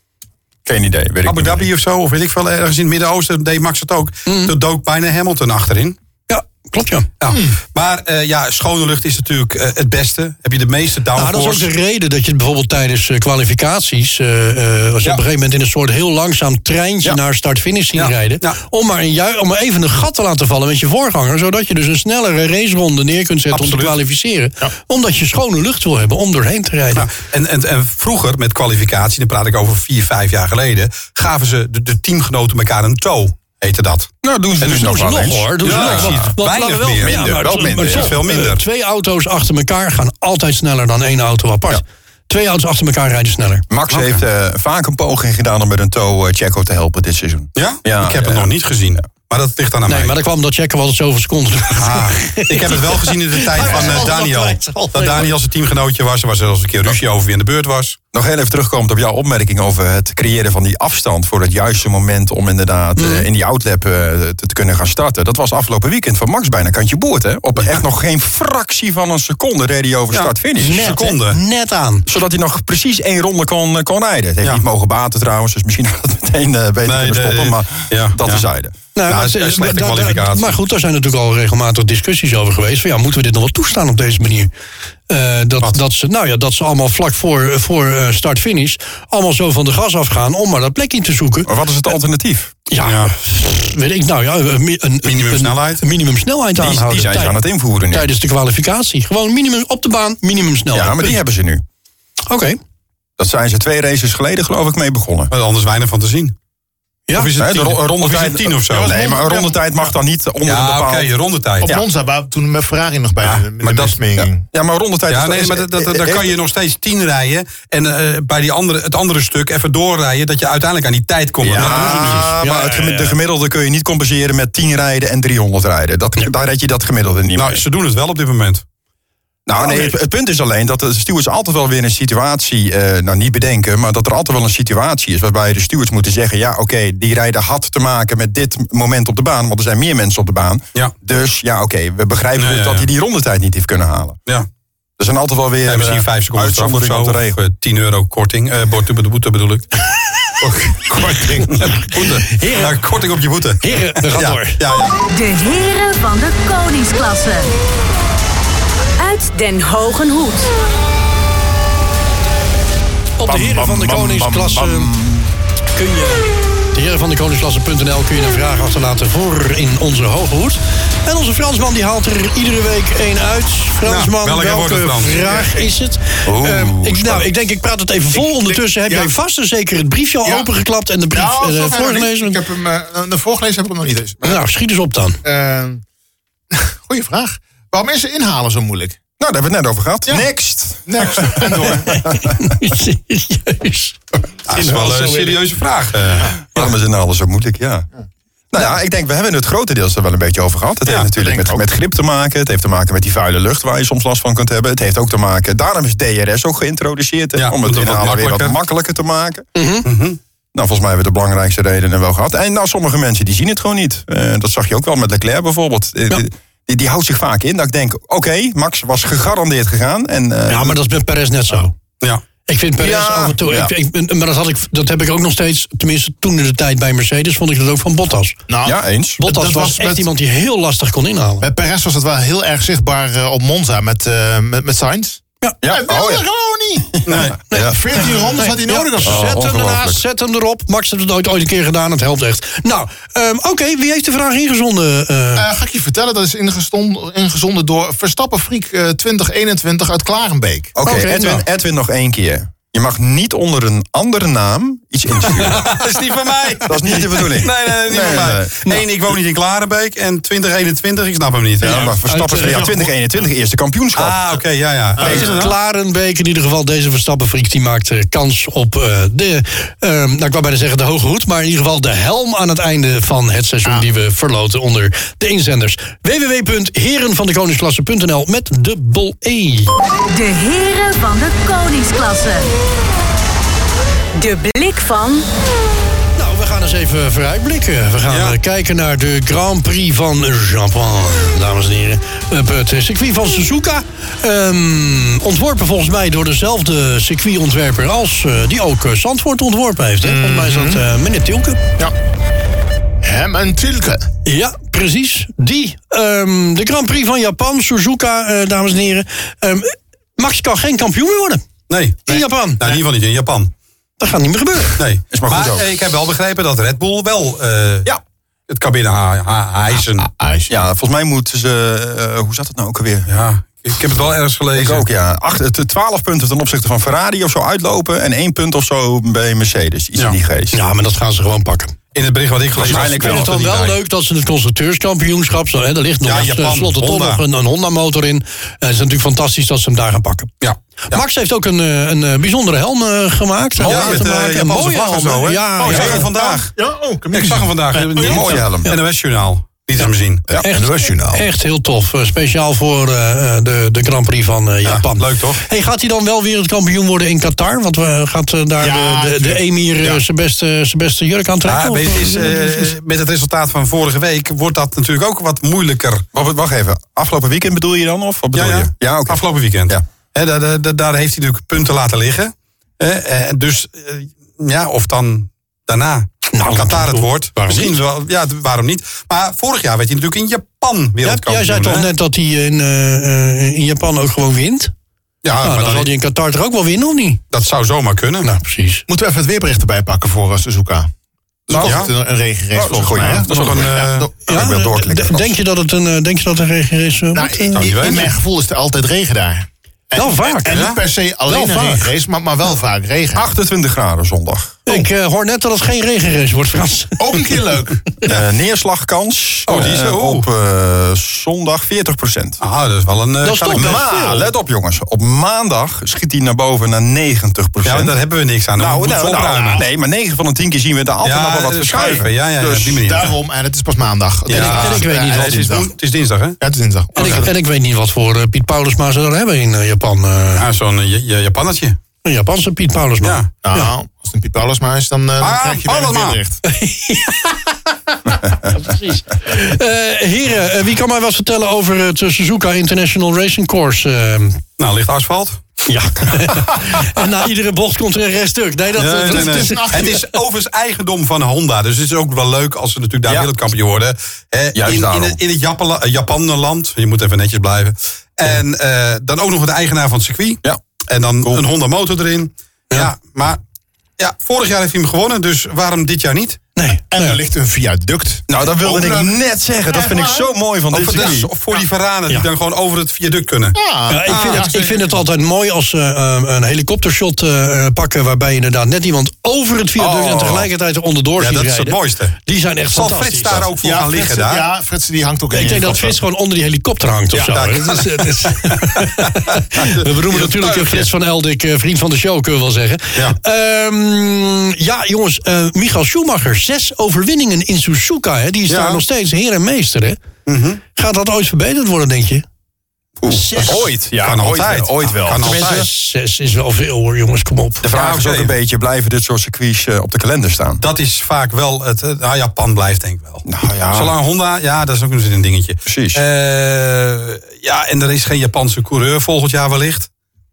Geen idee, weet ik Abu niet meer. Dhabi of zo, of weet ik veel, ergens in het Midden-Oosten deed Max het ook. Mm. Toen dook bijna Hamilton achterin. Ja, klopt ja. Ja. Maar uh, ja, schone lucht is natuurlijk uh, het beste. Heb je de meeste Nou, downforce. dat is ook de reden dat je het bijvoorbeeld tijdens uh, kwalificaties, uh, uh, als je Ja. op een gegeven moment in een soort heel langzaam treintje Ja. naar start-finish zien Ja. rijden, Ja. om maar, een ju- om maar even een gat te laten vallen met je voorganger, zodat je dus een snellere raceronde neer kunt zetten om Absoluut. te kwalificeren. Omdat je schone lucht wil hebben om doorheen te rijden. Ja, en, en, en vroeger met kwalificatie, dan praat ik over vier, vijf jaar geleden, gaven ze de, de teamgenoten elkaar een toe, heette dat. Nou, doen ze En dus dus nog doen ze wel nog eens. hoor. Doen ze Ja, nog. ik zie het Want weinig laten we meer. maar Minder, maar- wel maar minder, toch, ja. Veel minder. eh, Twee auto's achter elkaar gaan altijd sneller dan één auto apart. Ja. Twee auto's achter elkaar rijden sneller. Max Oké. heeft uh, vaak een poging gedaan om met een tow uh, Checo te helpen dit seizoen. Ja? Ja, ik heb ja, het ja. nog niet gezien. Maar dat ligt dan aan Nee, mij. maar dan kwam dat checken wel zoveel seconden. Ah, ik heb het wel gezien in de tijd Hij van was uh, altijd Daniel. altijd, altijd. Dat Daniel zijn teamgenootje was. Er was zelfs een keer ruzie over wie in de beurt was. Nog heel even terugkomend op jouw opmerking over het creëren van die afstand voor het juiste moment om inderdaad Mm. uh, in die outlap uh, te, te kunnen gaan starten. Dat was afgelopen weekend van Max bijna kantje boord, hè? Op echt nog geen fractie van een seconde reed hij over Ja, start-finish. Net, seconde. hè? Net aan. Zodat hij nog precies één ronde kon, uh, kon rijden. Het heeft Ja. niet mogen baten trouwens, dus misschien had het meteen uh, beter Nee, kunnen de- stoppen. Maar ja, dat ja. terzijde. Nou, Nou, maar, het is een maar slechte da- da- kwalificatie. maar goed, daar zijn natuurlijk al regelmatig discussies over geweest. Van ja, moeten we dit nog wel toestaan op deze manier? Uh, dat, Wat? dat, ze, nou ja, dat ze allemaal vlak voor, voor uh, start-finish allemaal zo van de gas afgaan om maar dat plekje te zoeken. Maar wat is het alternatief? Ja, Ja. weet ik nou ja, een, een, een Minimumsnelheid. Een minimumsnelheid Die, aanhouden. die zijn ze tij- aan het invoeren nu. Tijdens de kwalificatie. Gewoon minimum op de baan, minimumsnelheid. Ja, maar die Punt. hebben ze nu. Oké. Dat zijn ze twee races geleden geloof ik mee begonnen. Maar anders weinig van te zien. Ja. Of is het Hè, de tien? ro- Of is rondetijd het tien of zo? Nee, maar een rondetijd mag dan niet onder een Ja, oké, bepaald... rondetijd. Op Ja. Monza, waar toen met Ferrari nog bij Ja, de, maar dat- ging. Ja, maar rondetijd Ja, is... nee, is- maar dat, dat, dat- dan heeft- kan je nog steeds tien rijden. En uh, bij die andere, het andere stuk even doorrijden. Dat je uiteindelijk aan die tijd komt. Ja, Dat doen ze dus. maar Ja, het ja, gemi- ja. de gemiddelde kun je niet compenseren met tien rijden en driehonderd rijden. Dat, Daar red je dat gemiddelde niet Nou, mee. ze doen het wel op dit moment. Nou, nee, het, het punt is alleen dat de stewards altijd wel weer een situatie, uh, nou niet bedenken, maar dat er altijd wel een situatie is waarbij de stewards moeten zeggen, ja, oké, okay, die rijder had te maken met dit moment op de baan, want er zijn meer mensen op de baan. Ja. Dus ja, oké, okay, we begrijpen nee, dat ja, ja. hij die rondetijd niet heeft kunnen halen. Ja. Er zijn altijd wel weer ja, misschien vijf seconden straf of zo, of uh, tien euro korting, uh, boete bedoel ik. Korting. Boete. Heren. Ja, korting op je boete. Heren, we gaan ja. door. Ja, ja. De heren van de koningsklasse. Uit Den Hogen Hoed. Op de heren van de koningsklasse kun je... De heren van de koningsklasse punt n l kun je een vraag achterlaten voor in onze hoge hoed. En onze Fransman die haalt er iedere week één uit. Fransman, nou, welke, welke vraag is het? Oh, uh, ik, nou, ik denk, ik praat het even vol. Ik, Ondertussen heb ja. jij vast en zeker het briefje al ja. opengeklapt en de brief ja, uh, voorgelezen. Ik heb hem, uh, de voorgelezen heb ik hem nog niet eens. Maar, nou, schiet eens op dan. Uh, goeie vraag. Waarom is ze inhalen zo moeilijk? Nou, daar hebben we het net over gehad. Ja. Next. Next. En door. Serieus. Dat is wel een serieuze vraag. Uh. Waarom is inhalen zo moeilijk? Ja. ja. Nou ja, ik denk, we hebben het grotendeels er wel een beetje over gehad. Het ja, heeft natuurlijk met, met grip te maken. Het heeft te maken met die vuile lucht waar je soms last van kunt hebben. Het heeft ook te maken, daarom is D R S ook geïntroduceerd. Ja, om het inhalen weer wat makkelijker te maken. Mm-hmm. Mm-hmm. Nou, volgens mij hebben we de belangrijkste redenen wel gehad. En nou, sommige mensen die zien het gewoon niet. Uh, dat zag je ook wel met Leclerc bijvoorbeeld. Ja. Die, die houdt zich vaak in dat ik denk, oké, okay, Max was gegarandeerd gegaan. En, uh, ja, maar dat is met Perez net zo. Ja. Ik vind Perez ja, af en toe... Ja. Ik, ik, maar dat, had ik, dat heb ik ook nog steeds... Tenminste, toen in de tijd bij Mercedes... vond ik dat ook van Bottas. Nou, ja, eens. Bottas dat was, was echt met, iemand die heel lastig kon inhalen. Bij Perez was dat wel heel erg zichtbaar uh, op Monza met, uh, met, met Sainz. Ja, ja. Hij wilde oh, ja. gewoon niet. Nee. Nee. Ja. veertien rondes had hij nodig. Ja. Oh, zet hem ernaast, zet hem erop. Max heeft het ooit, ooit een keer gedaan, het helpt echt. Nou, um, oké, okay, wie heeft de vraag ingezonden? Uh... Uh, ga ik je vertellen, dat is ingezonden, ingezonden door Verstappen-freak uh, twintig eenentwintig uit Klarenbeek. Oké, okay, okay, Edwin, nou. Edwin nog één keer. Je mag niet onder een andere naam iets insturen. Dat is niet van mij. Dat is niet de bedoeling. Nee, nee, nee niet nee, van mij. Nee. Eén, ik woon niet in Klarenbeek. En twintig eenentwintig, ik snap hem niet. Ja, ja. Maar Verstappen is ja, twintig eenentwintig eerste kampioenschap. Ah, oké, okay, ja, ja. Uh, deze Klarenbeek, in ieder geval deze Verstappen-freak... die maakt uh, kans op uh, de, uh, nou ik wou bijna zeggen de hoge hoed... maar in ieder geval de helm aan het einde van het seizoen... Ah. die we verloten onder de inzenders. w w w punt heren van de koningsklasse punt n l met dubbel E. De heren van de koningsklasse. De blik van... Nou, we gaan eens even vooruitblikken. We gaan ja. kijken naar de Grand Prix van Japan, dames en heren. Op het circuit van Suzuka. Um, ontworpen volgens mij door dezelfde circuitontwerper... als uh, die ook uh, Zandvoort ontworpen heeft. Hè? Volgens mij is dat uh, meneer Tilke. Ja. Hem en Tilke. Ja, precies. Die. Um, de Grand Prix van Japan, Suzuka, uh, dames en heren. Um, Max kan geen kampioen meer worden. Nee. In nee. Japan. Nou, in ieder geval niet in Japan. Dat gaat niet meer gebeuren. Nee. Is maar goed maar ook. ik heb wel begrepen dat Red Bull wel uh, ja. het kan binnen hijsen. Ja, volgens mij moeten ze... Uh, hoe zat het nou ook alweer? Ja, ik heb het wel ergens gelezen. Ik ook, ja. Acht, twaalf punten ten opzichte van Ferrari of zo uitlopen... en één punt of zo bij Mercedes. Iets ja. in die geest. Ja, maar dat gaan ze gewoon pakken. In het bericht wat ik gelezen heb. Ik vind het dan wel bij. leuk dat ze het constructeurskampioenschap... Zo, hè, er ligt nog ja, eens, Japan, slotte toch nog een, een Honda-motor in. Het is natuurlijk fantastisch dat ze hem daar gaan pakken. Ja. Ja. Max heeft ook een, een, een bijzondere helm uh, gemaakt. Ja, ja, met de uh, Japanse vlag en zo, hè? Ja, oh, ik ja. zag hem vandaag. Ja, oh, ik, ik zag hem vandaag. Een ja. mooie helm. En een Westjournaal. Niet eens zien. Ja, echt, echt heel tof. Uh, speciaal voor uh, de, de Grand Prix van uh, Japan. Ja, leuk toch? Hey, gaat hij dan wel weer het kampioen worden in Qatar? Want uh, gaat uh, daar ja, de, de, de emir uh, ja. zijn beste, beste jurk aantrekken? Ja, weet, is, uh, met het resultaat van vorige week wordt dat natuurlijk ook wat moeilijker. Wacht, wacht even. Afgelopen weekend bedoel je dan? Of wat bedoel ja, ja. je? Ja, okay. Afgelopen weekend. Ja. He, daar, daar, daar heeft hij natuurlijk punten laten liggen. He, dus uh, ja, of dan daarna... Nou, Qatar het woord. Misschien niet? wel, ja, waarom niet? Maar vorig jaar werd hij natuurlijk in Japan wereldkampioen. Ja, jij zei toch net dat hij in, uh, in Japan ook gewoon wint? Ja, nou, maar dan, dan zal hij in Qatar toch ook wel winnen, of niet? Dat zou zomaar kunnen. Nou, precies. Moeten we even het weerbericht erbij pakken voor uh, Suzuka? Nou, ja. een, een regenrace oh, volgens mij. Dat is nog een... Uh, ja, ja, denk je dat het een, denk je dat een regenrace uh, nou, wordt? In, in, in mijn gevoel is er altijd regen daar. En, wel vaak. En, en niet per se alleen wel een regenrace, maar, maar wel vaak regen. achtentwintig graden zondag. Ik uh, hoor net dat het geen regenrace wordt, Frans. Ook een keer leuk. Uh, neerslagkans Oh, die is uh, oh. op uh, zondag veertig procent. Ah, dat is wel een... Uh, Dat is toch best veel. Let op jongens, op maandag schiet hij naar boven naar negentig procent. Ja, daar hebben we niks aan. Dan nou, moeten we nou, opruimen. nou, nee, maar negen van de tien keer zien we daar altijd Ja, nog wel wat verschuiven. Ja, ja, ja, dus op die manier. Daarom, en het is pas maandag. Ja, En ik- en ik weet niet ja, wat het is, dinsdag. het is dinsdag, hè? Ja, het is dinsdag. En ik, Oh, en ik weet niet wat voor uh, Piet Paulusma ze dan hebben in uh, Japan. Uh, Ja, zo'n uh, J- Japannetje. een Japanse Piet Paulusma. Ja. Nou, als het een Piet Paulusma is, dan, uh, dan Ah, krijg je weinig Paulusma. weerlicht. Ja, precies. Uh, heren, uh, wie kan mij wat vertellen over het uh, Suzuka International Racing Course? Uh, Nou, ligt asfalt. ja. En na iedere bocht komt er een rechtstuk. Nee, dat, Nee, dat, nee, dat nee. is... Het is overigens eigendom van Honda. Dus het is ook wel leuk als ze natuurlijk daar Ja. wereldkampioen worden. Hè, Juist in, in, daarom. het, in het Japan, Japanland. Je moet even netjes blijven. En uh, dan ook nog de eigenaar van het circuit. Ja. En dan Cool. een Honda motor erin. Ja. ja, maar ja, vorig jaar heeft hij hem gewonnen. Dus waarom dit jaar niet? Nee. En er ligt een viaduct. Nou, dat wilde Over ik de- net zeggen. Dat vind ik zo mooi van dit Of, circuit. dus, of voor die Varanen die Ja. dan gewoon over het viaduct kunnen. Ja, Ja, ik, vind ah, het, ik vind het altijd mooi als ze uh, een helikoptershot uh, pakken... waarbij inderdaad net iemand over het viaduct... Oh. en tegelijkertijd er onderdoor Ja, ziet dat is rijden. het mooiste. Die zijn echt Zal fantastisch. Frits daar ook voor ja, gaan liggen Fritsen, daar? Ja, Fritsen die hangt ook in. Ik denk dat Frits gewoon onder die helikopter hangt of Ja, zo. daar- Het is, het is... We beroemen natuurlijk tuigje. Frits van Eldik, uh, vriend van de show, kunnen we wel zeggen. Ja. Um, ja, jongens, uh, Michael Schumacher, zes overwinningen in Suzuka. Hè, die is Ja. daar nog steeds heer en meester. Hè? Mm-hmm. Gaat dat ooit verbeterd worden, denk je? Zes. Ooit, ja, Kan ooit, altijd. wel, ooit wel. Kan altijd. Mensen, zes is wel veel hoor, jongens, kom op. De vraag Ja, is oké. ook een beetje, blijven dit soort circuits uh, op de kalender staan? Dat is vaak wel het... Uh, nou, Japan blijft denk ik wel. Nou ja, Zolang Honda, ja, dat is ook nog eens een dingetje. precies. Uh, ja, en er is geen Japanse coureur volgend jaar wellicht.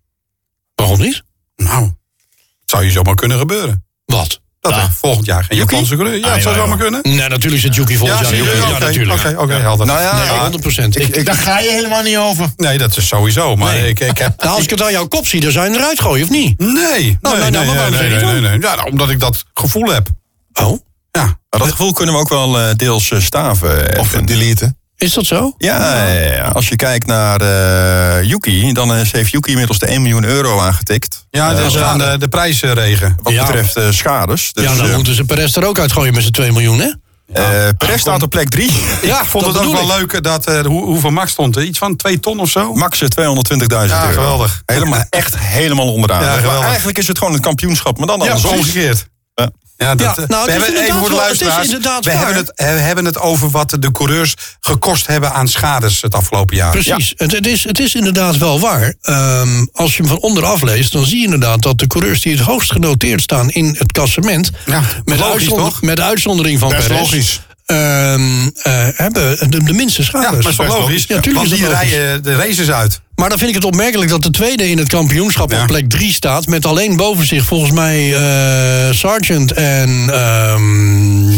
Waarom niet? Nou, het zou je zomaar kunnen gebeuren. Wat? Dat Ja. er volgend jaar geen Yuki? Japanse coureur. Ja, Ah, het zou ja, zomaar ja. kunnen. Nee, natuurlijk zit Yuki volgend jaar. zie je? Yuki. Ja, Oké, natuurlijk. Oké, oké, helder. Nou ja, Nee, honderd procent. Ik, ik, Daar ga je helemaal niet over. Nee, dat is sowieso. Maar Nee. ik, ik heb... nou, als ik het aan jouw kop zie, dan zou je hem eruit gooien, of niet? Nee, nee, nou, nee, nou, maar waarom nee, zeg je nee, dat? nee, nee. Ja, nou, omdat ik dat gevoel heb. Oh, Ja. Maar dat gevoel kunnen we ook wel uh, deels uh, staven. Of Edwin. deleten. is dat zo? Ja, ja, ja, als je kijkt naar uh, Yuki, dan uh, heeft Yuki inmiddels de één miljoen euro aangetikt. Ja, Uh, dus ja. aan de, de prijsregen. Wat Ja. betreft uh, schades. Dus, ja, dan uh, moeten ze Perez er ook uitgooien met z'n twee miljoen, hè? uh, Perez staat op plek drie. Ja, ik vond dat het ook bedoel wel ik. leuk dat, uh, hoe, hoeveel max stond er? Iets van twee ton of zo? Max tweehonderdtwintigduizend Ja, euro. geweldig. Helemaal, echt helemaal onderaan. Ja, Maar geweldig. eigenlijk is het gewoon een kampioenschap, maar dan Ja, andersom. omgekeerd. Ja. Ja, dat, Ja, eh, nou, het we is hebben even voor de inderdaad wel- het is luisteraars. inderdaad We waar. hebben het, we hebben het over wat de coureurs gekost hebben aan schades het afgelopen jaar. Precies. Het, het, is, het is inderdaad wel waar. Um, als je hem van onderaf leest, dan zie je inderdaad dat de coureurs die het hoogst genoteerd staan in het klassement, Ja, met, logisch, uitzonder- toch? met uitzondering van Best Perez, logisch. um, uh, hebben de, de minste Ja, schades. maar dat is toch logisch? Ja, tuurlijk Want is die dat logisch. rijden de races uit. Maar dan vind ik het opmerkelijk dat de tweede in het kampioenschap Ja. op plek drie staat. Met alleen boven zich volgens mij uh, Sargent en... Um,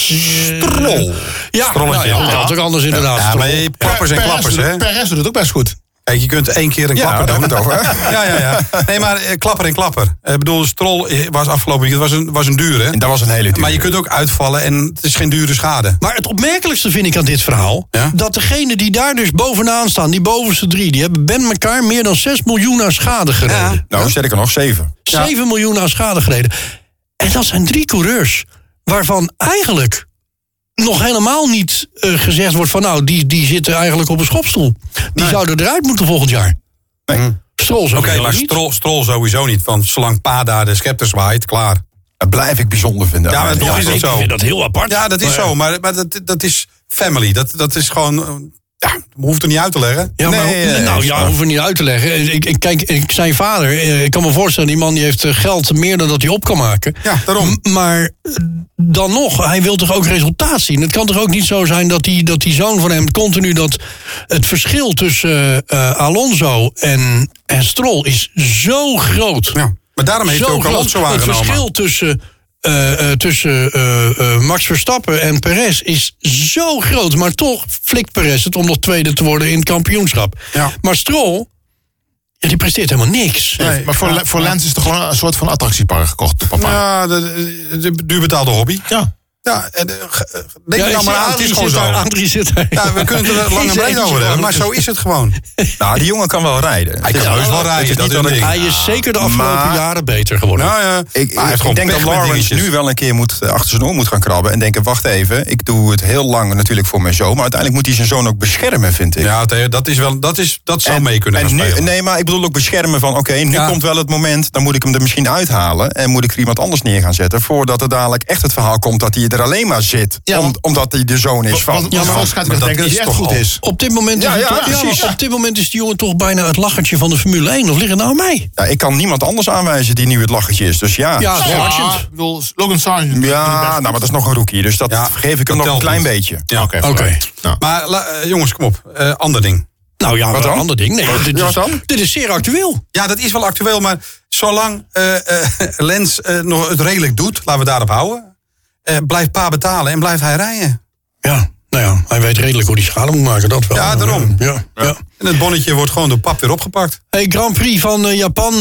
Stroll. Ja, Strolletje. nou ja, dat had ook anders inderdaad. Ja, maar je- klappers en Perez klappers, doet- hè? Perez doet het ook best goed. Kijk, je kunt één keer een Ja, klapper daar doen. hebben we het over. Ja, ja, ja. Nee, maar eh, klapper en klapper. Ik bedoel, Stroll eh, was afgelopen weekend was een, was een dure. En dat was een hele dure. Maar je kunt ook uitvallen en het is geen dure schade. Maar het opmerkelijkste vind ik aan dit verhaal... Ja? dat degenen die daar dus bovenaan staan, die bovenste drie... die hebben bij elkaar meer dan zes miljoen aan schade gereden. Ja. Nou, sterker nog, zeven. Ja. zeven miljoen aan schade gereden. En dat zijn drie coureurs waarvan eigenlijk nog helemaal niet uh, gezegd wordt van... nou, die, die zitten eigenlijk op een schopstoel. Die Nee. zouden eruit moeten volgend jaar. Nee. Stroll Oké, sowieso maar niet. Stroll, Stroll sowieso niet. Want zolang Pa daar de scepter zwaait, klaar. Dat blijf ik bijzonder vinden. Ja, maar toch is het ik zo. vind dat heel apart. Ja, dat is Maar- zo. Maar, maar dat, dat is family. Dat, dat is gewoon... eh, Ja, dat hoeft er niet uit te leggen. Ja, maar, Nee, eh, nou is ja, waar. hoeven we niet uit te leggen. Ik, ik, kijk, ik, zijn vader, eh, ik kan me voorstellen... die man die heeft eh, geld meer dan dat hij op kan maken. Ja, daarom. M- maar eh, dan nog, hij wil toch ook resultaat zien? Het kan toch ook niet zo zijn dat die, dat die zoon van hem continu... dat het verschil tussen uh, Alonso en, en Stroll is zo groot. Ja. Maar daarom heeft hij Zo ook groot. Alonso Het aangenomen. verschil tussen, uh, uh, tussen uh, uh, Max Verstappen en Perez is zo groot. Maar toch flikt Perez het om nog tweede te worden in het kampioenschap. Ja. Maar Stroll, ja, die presteert helemaal niks. Nee, maar voor, voor Lens is het gewoon een soort van attractiepark gekocht door papa. Ja, de, de, de duur betaalde hobby. Ja. Ja, en, uh, denk Ja, je nou maar aan, het is gewoon zo. Adrie zit daar. Ja, we kunnen het er lang en breed over hebben, maar zo is het gewoon. Nou, die jongen kan wel rijden. Hij kan heus wel rijden, dat is een ding. Hij is zeker de afgelopen Maar- jaren beter geworden. Nou ja, Ik, maar hij heeft ik gewoon denk dat pech met Lawrence dingetjes. nu wel een keer moet, uh, achter zijn oor moet gaan krabben. En denken, wacht even, ik doe het heel lang natuurlijk voor mijn zoon. Maar uiteindelijk moet hij zijn zoon ook beschermen, vind ik. Ja, Theo, dat, is wel, dat, is, dat zou En- mee kunnen en gaan nu, spelen. Nee, maar ik bedoel ook beschermen van... oké, nu Ja. komt wel het moment, dan moet ik hem er misschien uithalen... en moet ik er iemand anders neer gaan zetten... voordat er dadelijk echt het verhaal komt dat hij er alleen maar zit. Ja, om, want- omdat hij de zoon is van... Want Ja, maar- anders gaat hij maar wel dat denken dat is hij echt toch goed al- is. Op dit moment is Ja, hij ja, toch- ja, precies. maar op dit moment is die jongen toch bijna het lachertje van de Formule één. Of ligt het nou aan mij? Ja, ik kan niemand anders aanwijzen die nu het lachertje is. Dus ja, Ja, ja, Sargent. ik bedoel, Logan Sargent. nou, maar dat is nog een rookie. Dus dat Ja, geef ik dat hem nog een telt klein niet. beetje. Ja. Oké. Oké. vooruit. Nou. Maar la- uh, jongens, kom op. Uh, ander ding. Nou ja, Wat maar een dan? ander ding. Nee, dit, Ja, is, wat dan? dit is zeer actueel. Ja, dat is wel actueel, maar zolang uh, uh, Lens uh, nog het redelijk doet, laten we daarop houden, uh, blijft Pa betalen en blijft hij rijden. Ja, nou ja, hij weet redelijk hoe die schade moet maken. Dat wel. Ja, daarom. Ja, ja. En het bonnetje wordt gewoon door Pap weer opgepakt. Hey, Grand Prix van uh, Japan.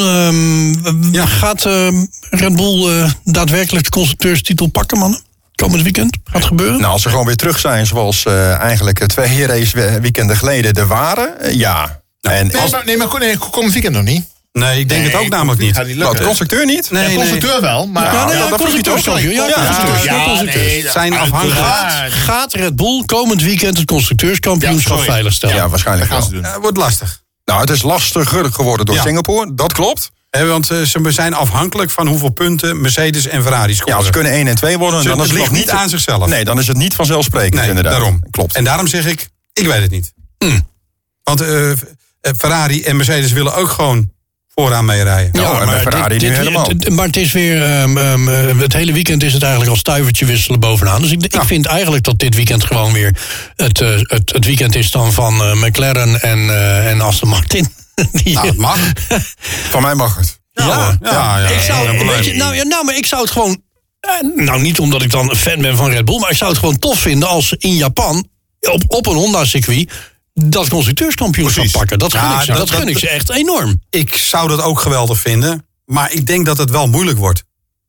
ehm, Ja. Gaat uh, Red Bull uh, daadwerkelijk de constructeurstitel pakken, mannen? Komend weekend? Gaat gebeuren? Nou, als ze gewoon weer terug zijn zoals uh, eigenlijk twee race weekenden geleden er waren, uh, ja. En Nee, als, maar, nee, maar nee, komend weekend nog niet. Nee, ik denk Nee, het ook namelijk niet. Gaat niet nou, lukken. de constructeur niet? Nee, de nee. constructeur wel, maar... Ja, nee, ja, ja, dat constructeurskampioen. Ja, Ja, constructeurs. ja, Ja, constructeurs. nee, dat- Zijn afhankelijk. Gaat, gaat Red Bull komend weekend het constructeurskampioenschap Ja, sorry. veiligstellen? Ja, waarschijnlijk Dat gaan wel. ze doen. Uh, wordt lastig. Nou, het is lastiger geworden door Ja. Singapore, dat klopt. He, want uh, ze zijn afhankelijk van hoeveel punten Mercedes en Ferrari scoren. Ja, ze kunnen één en twee worden. En Ze- dan is het het ligt nog niet aan zichzelf. Nee, dan is het niet vanzelfsprekend Nee, inderdaad. daarom. Klopt. En daarom zeg ik, ik weet het niet. Mm. Want uh, Ferrari en Mercedes willen ook gewoon vooraan meerijden. Ja, en bij Ferrari dit, nu dit, helemaal. het- maar het is weer, um, um, het hele weekend is het eigenlijk al stuivertje wisselen bovenaan. Dus ik, Ja. ik vind eigenlijk dat dit weekend gewoon weer het, uh, het, het weekend is dan van uh, McLaren en, uh, en Aston Martin. Die, Nou, dat mag. Van mij mag het. Ja, Ja, hoor. ja, ja, ik zou, geen probleem. weet je, nou, ja, nou, maar ik zou het gewoon... eh, nou, niet omdat ik dan een fan ben van Red Bull... maar ik zou het gewoon tof vinden als ze in Japan... op, op een Honda-circuit... dat constructeurskampioenschap Precies. pakken. Dat gun, Ja, ik, ze, dat- dat gun dat- ik ze echt enorm. Ik zou dat ook geweldig vinden. Maar ik denk dat het wel moeilijk wordt.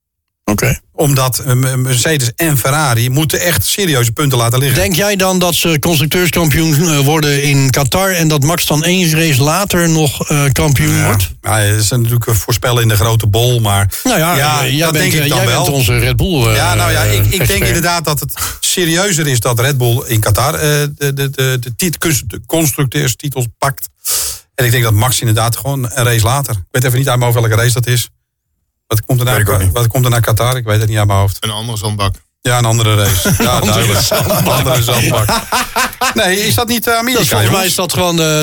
Oké. Omdat uh, Mercedes en Ferrari moeten echt serieuze punten laten liggen. Denk jij dan dat ze constructeurskampioen uh, worden in Qatar... en dat Max dan één race later nog uh, kampioen Ja. wordt? Ja, dat is natuurlijk een voorspellen in de grote bol. Maar Nou ja, ja, uh, jij, dat bent, denk ik uh, dan jij wel. bent onze Red Bull uh, Ja, nou ja, ik, ik denk expert. inderdaad dat het serieuzer is dat Red Bull in Qatar uh, de, de, de, de, tit- de constructeurstitels pakt. En ik denk dat Max inderdaad gewoon een race later. Ik weet even niet uit mijn hoofd welke race dat is. Wat komt er Weet ik ook naar, niet. wat komt er naar Qatar? Ik weet het niet uit mijn hoofd. Een andere zandbak. Ja, een andere race. Ja, duidelijk. Een andere zandbak. Nee, is dat niet uh, Amerika? Dat is, volgens mij is dat gewoon de,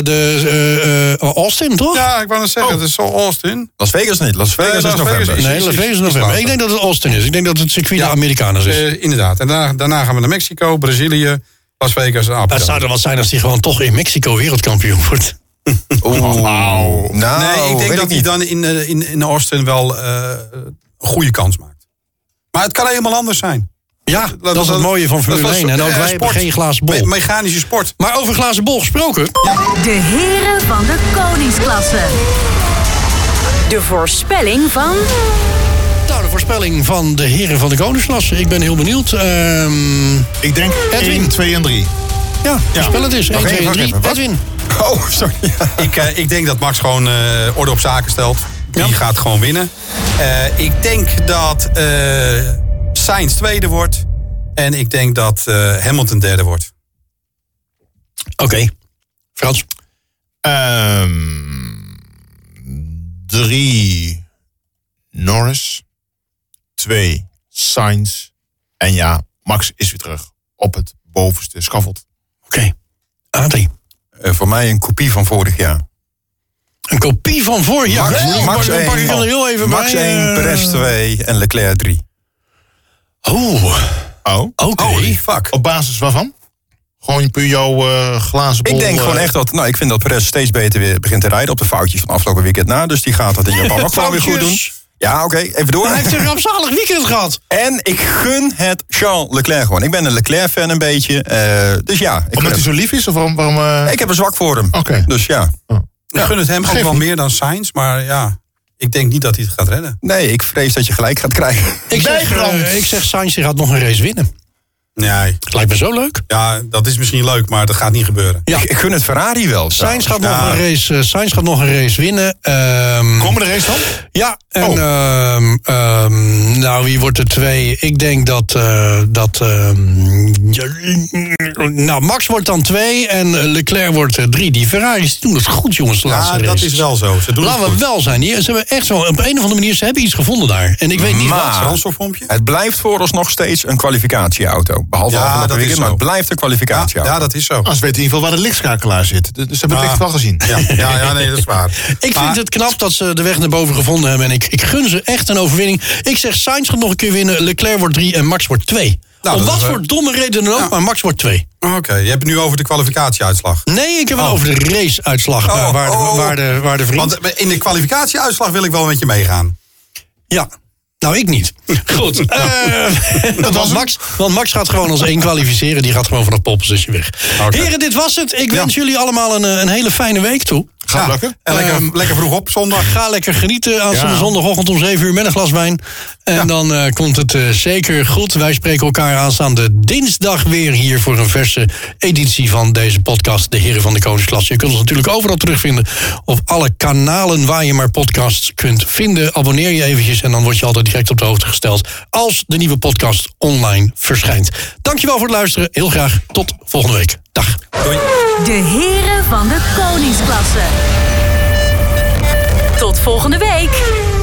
de uh, uh, Austin, toch? Ja, ik wou net zeggen, het is zo Austin. Las Vegas niet. Las Vegas Nee, is Las Vegas november. is- Nee, Las Vegas is november. later. Ik denk dat het Austin is. Ik denk dat het circuit de Amerikaners is. Uh, inderdaad. En daarna, daarna gaan we naar Mexico, Brazilië, Las Vegas en Abu Het Dhabi. zou er wat zijn als hij gewoon toch in Mexico wereldkampioen wordt. Oeh. Nou, Nee, ik denk weet dat ik hij niet. dan in, uh, in, in Austin wel uh, een goede kans maakt. Maar het kan helemaal anders zijn. Ja, dat, is het mooie van Formule dat is- één. En ook eh, wij sport. hebben geen glazen bol. Me- mechanische sport. Maar over glazen bol gesproken. De heren van de koningsklasse. De voorspelling van... Nou, de voorspelling van de heren van de koningsklasse. Ik ben heel benieuwd. Ehm, Ik denk Edwin. één, twee en drie. ja, voorspel het eens. één, Wacht twee even, en drie. wacht even, Edwin. Oh, sorry. Ja. Ik, uh, ik denk dat Max gewoon uh, orde op zaken stelt. Die Ja. gaat gewoon winnen. Uh, ik denk dat uh, Sainz tweede wordt. En ik denk dat uh, Hamilton derde wordt. Oké. Okay. Frans. Um, drie Norris. Twee Sainz. En ja, Max is weer terug op het bovenste schavot. Oké. Okay. Adrie. Uh, voor mij een kopie van vorig jaar. Een kopie van vorig jaar. Max, Ja, Max dan pak ik er één, heel even Max bij. één, uh, Perez twee en Leclerc drie. Oh, Oh, oké. Okay. Holy fuck. op basis waarvan? Gewoon puur jouw uh, glazen bol. Ik denk uh, gewoon echt dat, nou, ik vind dat Perez steeds beter weer begint te rijden op de foutjes van afgelopen weekend na. Dus die gaat dat in Japan ook gewoon weer goed doen. Foutjes. Ja, oké, even door. Hij heeft een rampzalig weekend gehad. En ik gun het Charles Leclerc gewoon. Ik ben een Leclerc-fan een beetje. Uh, dus ja. Ik, Omdat hij zo lief is? Of waarom? waarom uh... ik heb een zwak voor hem. Oké. Dus ja. Ik gun het hem ook Geef wel niet. meer dan Sainz. Maar ja, Ik denk niet dat hij het gaat redden. Nee, ik vrees dat je gelijk gaat krijgen. Ik zeg, uh, ik zeg Sainz die gaat nog een race winnen. Nee. Het lijkt me zo leuk. Ja, dat is misschien leuk, maar dat gaat niet gebeuren. Ja. Ik, ik gun het Ferrari wel. Sainz gaat, ja. nog een race, uh, Sainz gaat nog een race winnen. Um, Komende race dan? Ja, en Oh. um, um, nou, wie wordt er twee? Ik denk dat... Uh, dat um, nou, Max wordt dan twee en Leclerc wordt er drie. Die Ferraris doen het goed, jongens, de laatste Ja, dat races. is wel zo. Ze doen Laten het we goed. wel zijn. Die, ze hebben echt zo, op een of andere manier, ze hebben iets gevonden daar. En ik weet niet Maar- wat. Brandstofpompje? Het blijft vooralsnog steeds een kwalificatieauto. Behalve Ja, afgelopen dat is weekend, zo. maar het blijft een Ja, kwalificatieauto. ja, dat is zo. Nou, ze weten in ieder geval waar de lichtschakelaar zit. Dus ze hebben het Ah. licht wel gezien. Ja, ja, ja, nee, dat is waar. Ik Maar- vind het knap dat ze de weg naar boven gevonden hebben. En ik, ik gun ze echt een overwinning. Ik zeg, Sainz gaat nog een keer winnen. Leclerc wordt drie en Max wordt twee. Nou, Om dat wat is, voor uh, domme reden dan ook, ja. maar Max wordt twee. Oké, okay, je hebt het nu over de kwalificatieuitslag. Nee, ik heb het Oh. over de raceuitslag. Oh, waar, waar, oh, oh. waar, de, waar de vriend... Want in de kwalificatieuitslag wil ik wel met je meegaan. Ja. Nou, ik niet. Goed. Uh, want, Max, want Max gaat gewoon als één kwalificeren. Die gaat gewoon vanaf pole position weg. Okay. Heren, dit was het. Ik Ja. wens jullie allemaal een, een hele fijne week toe. Gaat Ja, lukken. En lekker, Ehm, lekker vroeg op zondag. Ga lekker genieten aan Ja. zondagochtend om zeven uur met een glas wijn. En Ja. dan uh, komt het uh, zeker goed. Wij spreken elkaar aanstaande dinsdag weer hier voor een verse editie van deze podcast, De Heren van de Koningsklasse. Je kunt ons natuurlijk overal terugvinden op alle kanalen waar je maar podcasts kunt vinden. Abonneer je eventjes en dan word je altijd direct op de hoogte gesteld als de nieuwe podcast online verschijnt. Dankjewel voor het luisteren. Heel graag tot volgende week. Dag. Doei. De Heren van de Koningsklasse. Tot volgende week.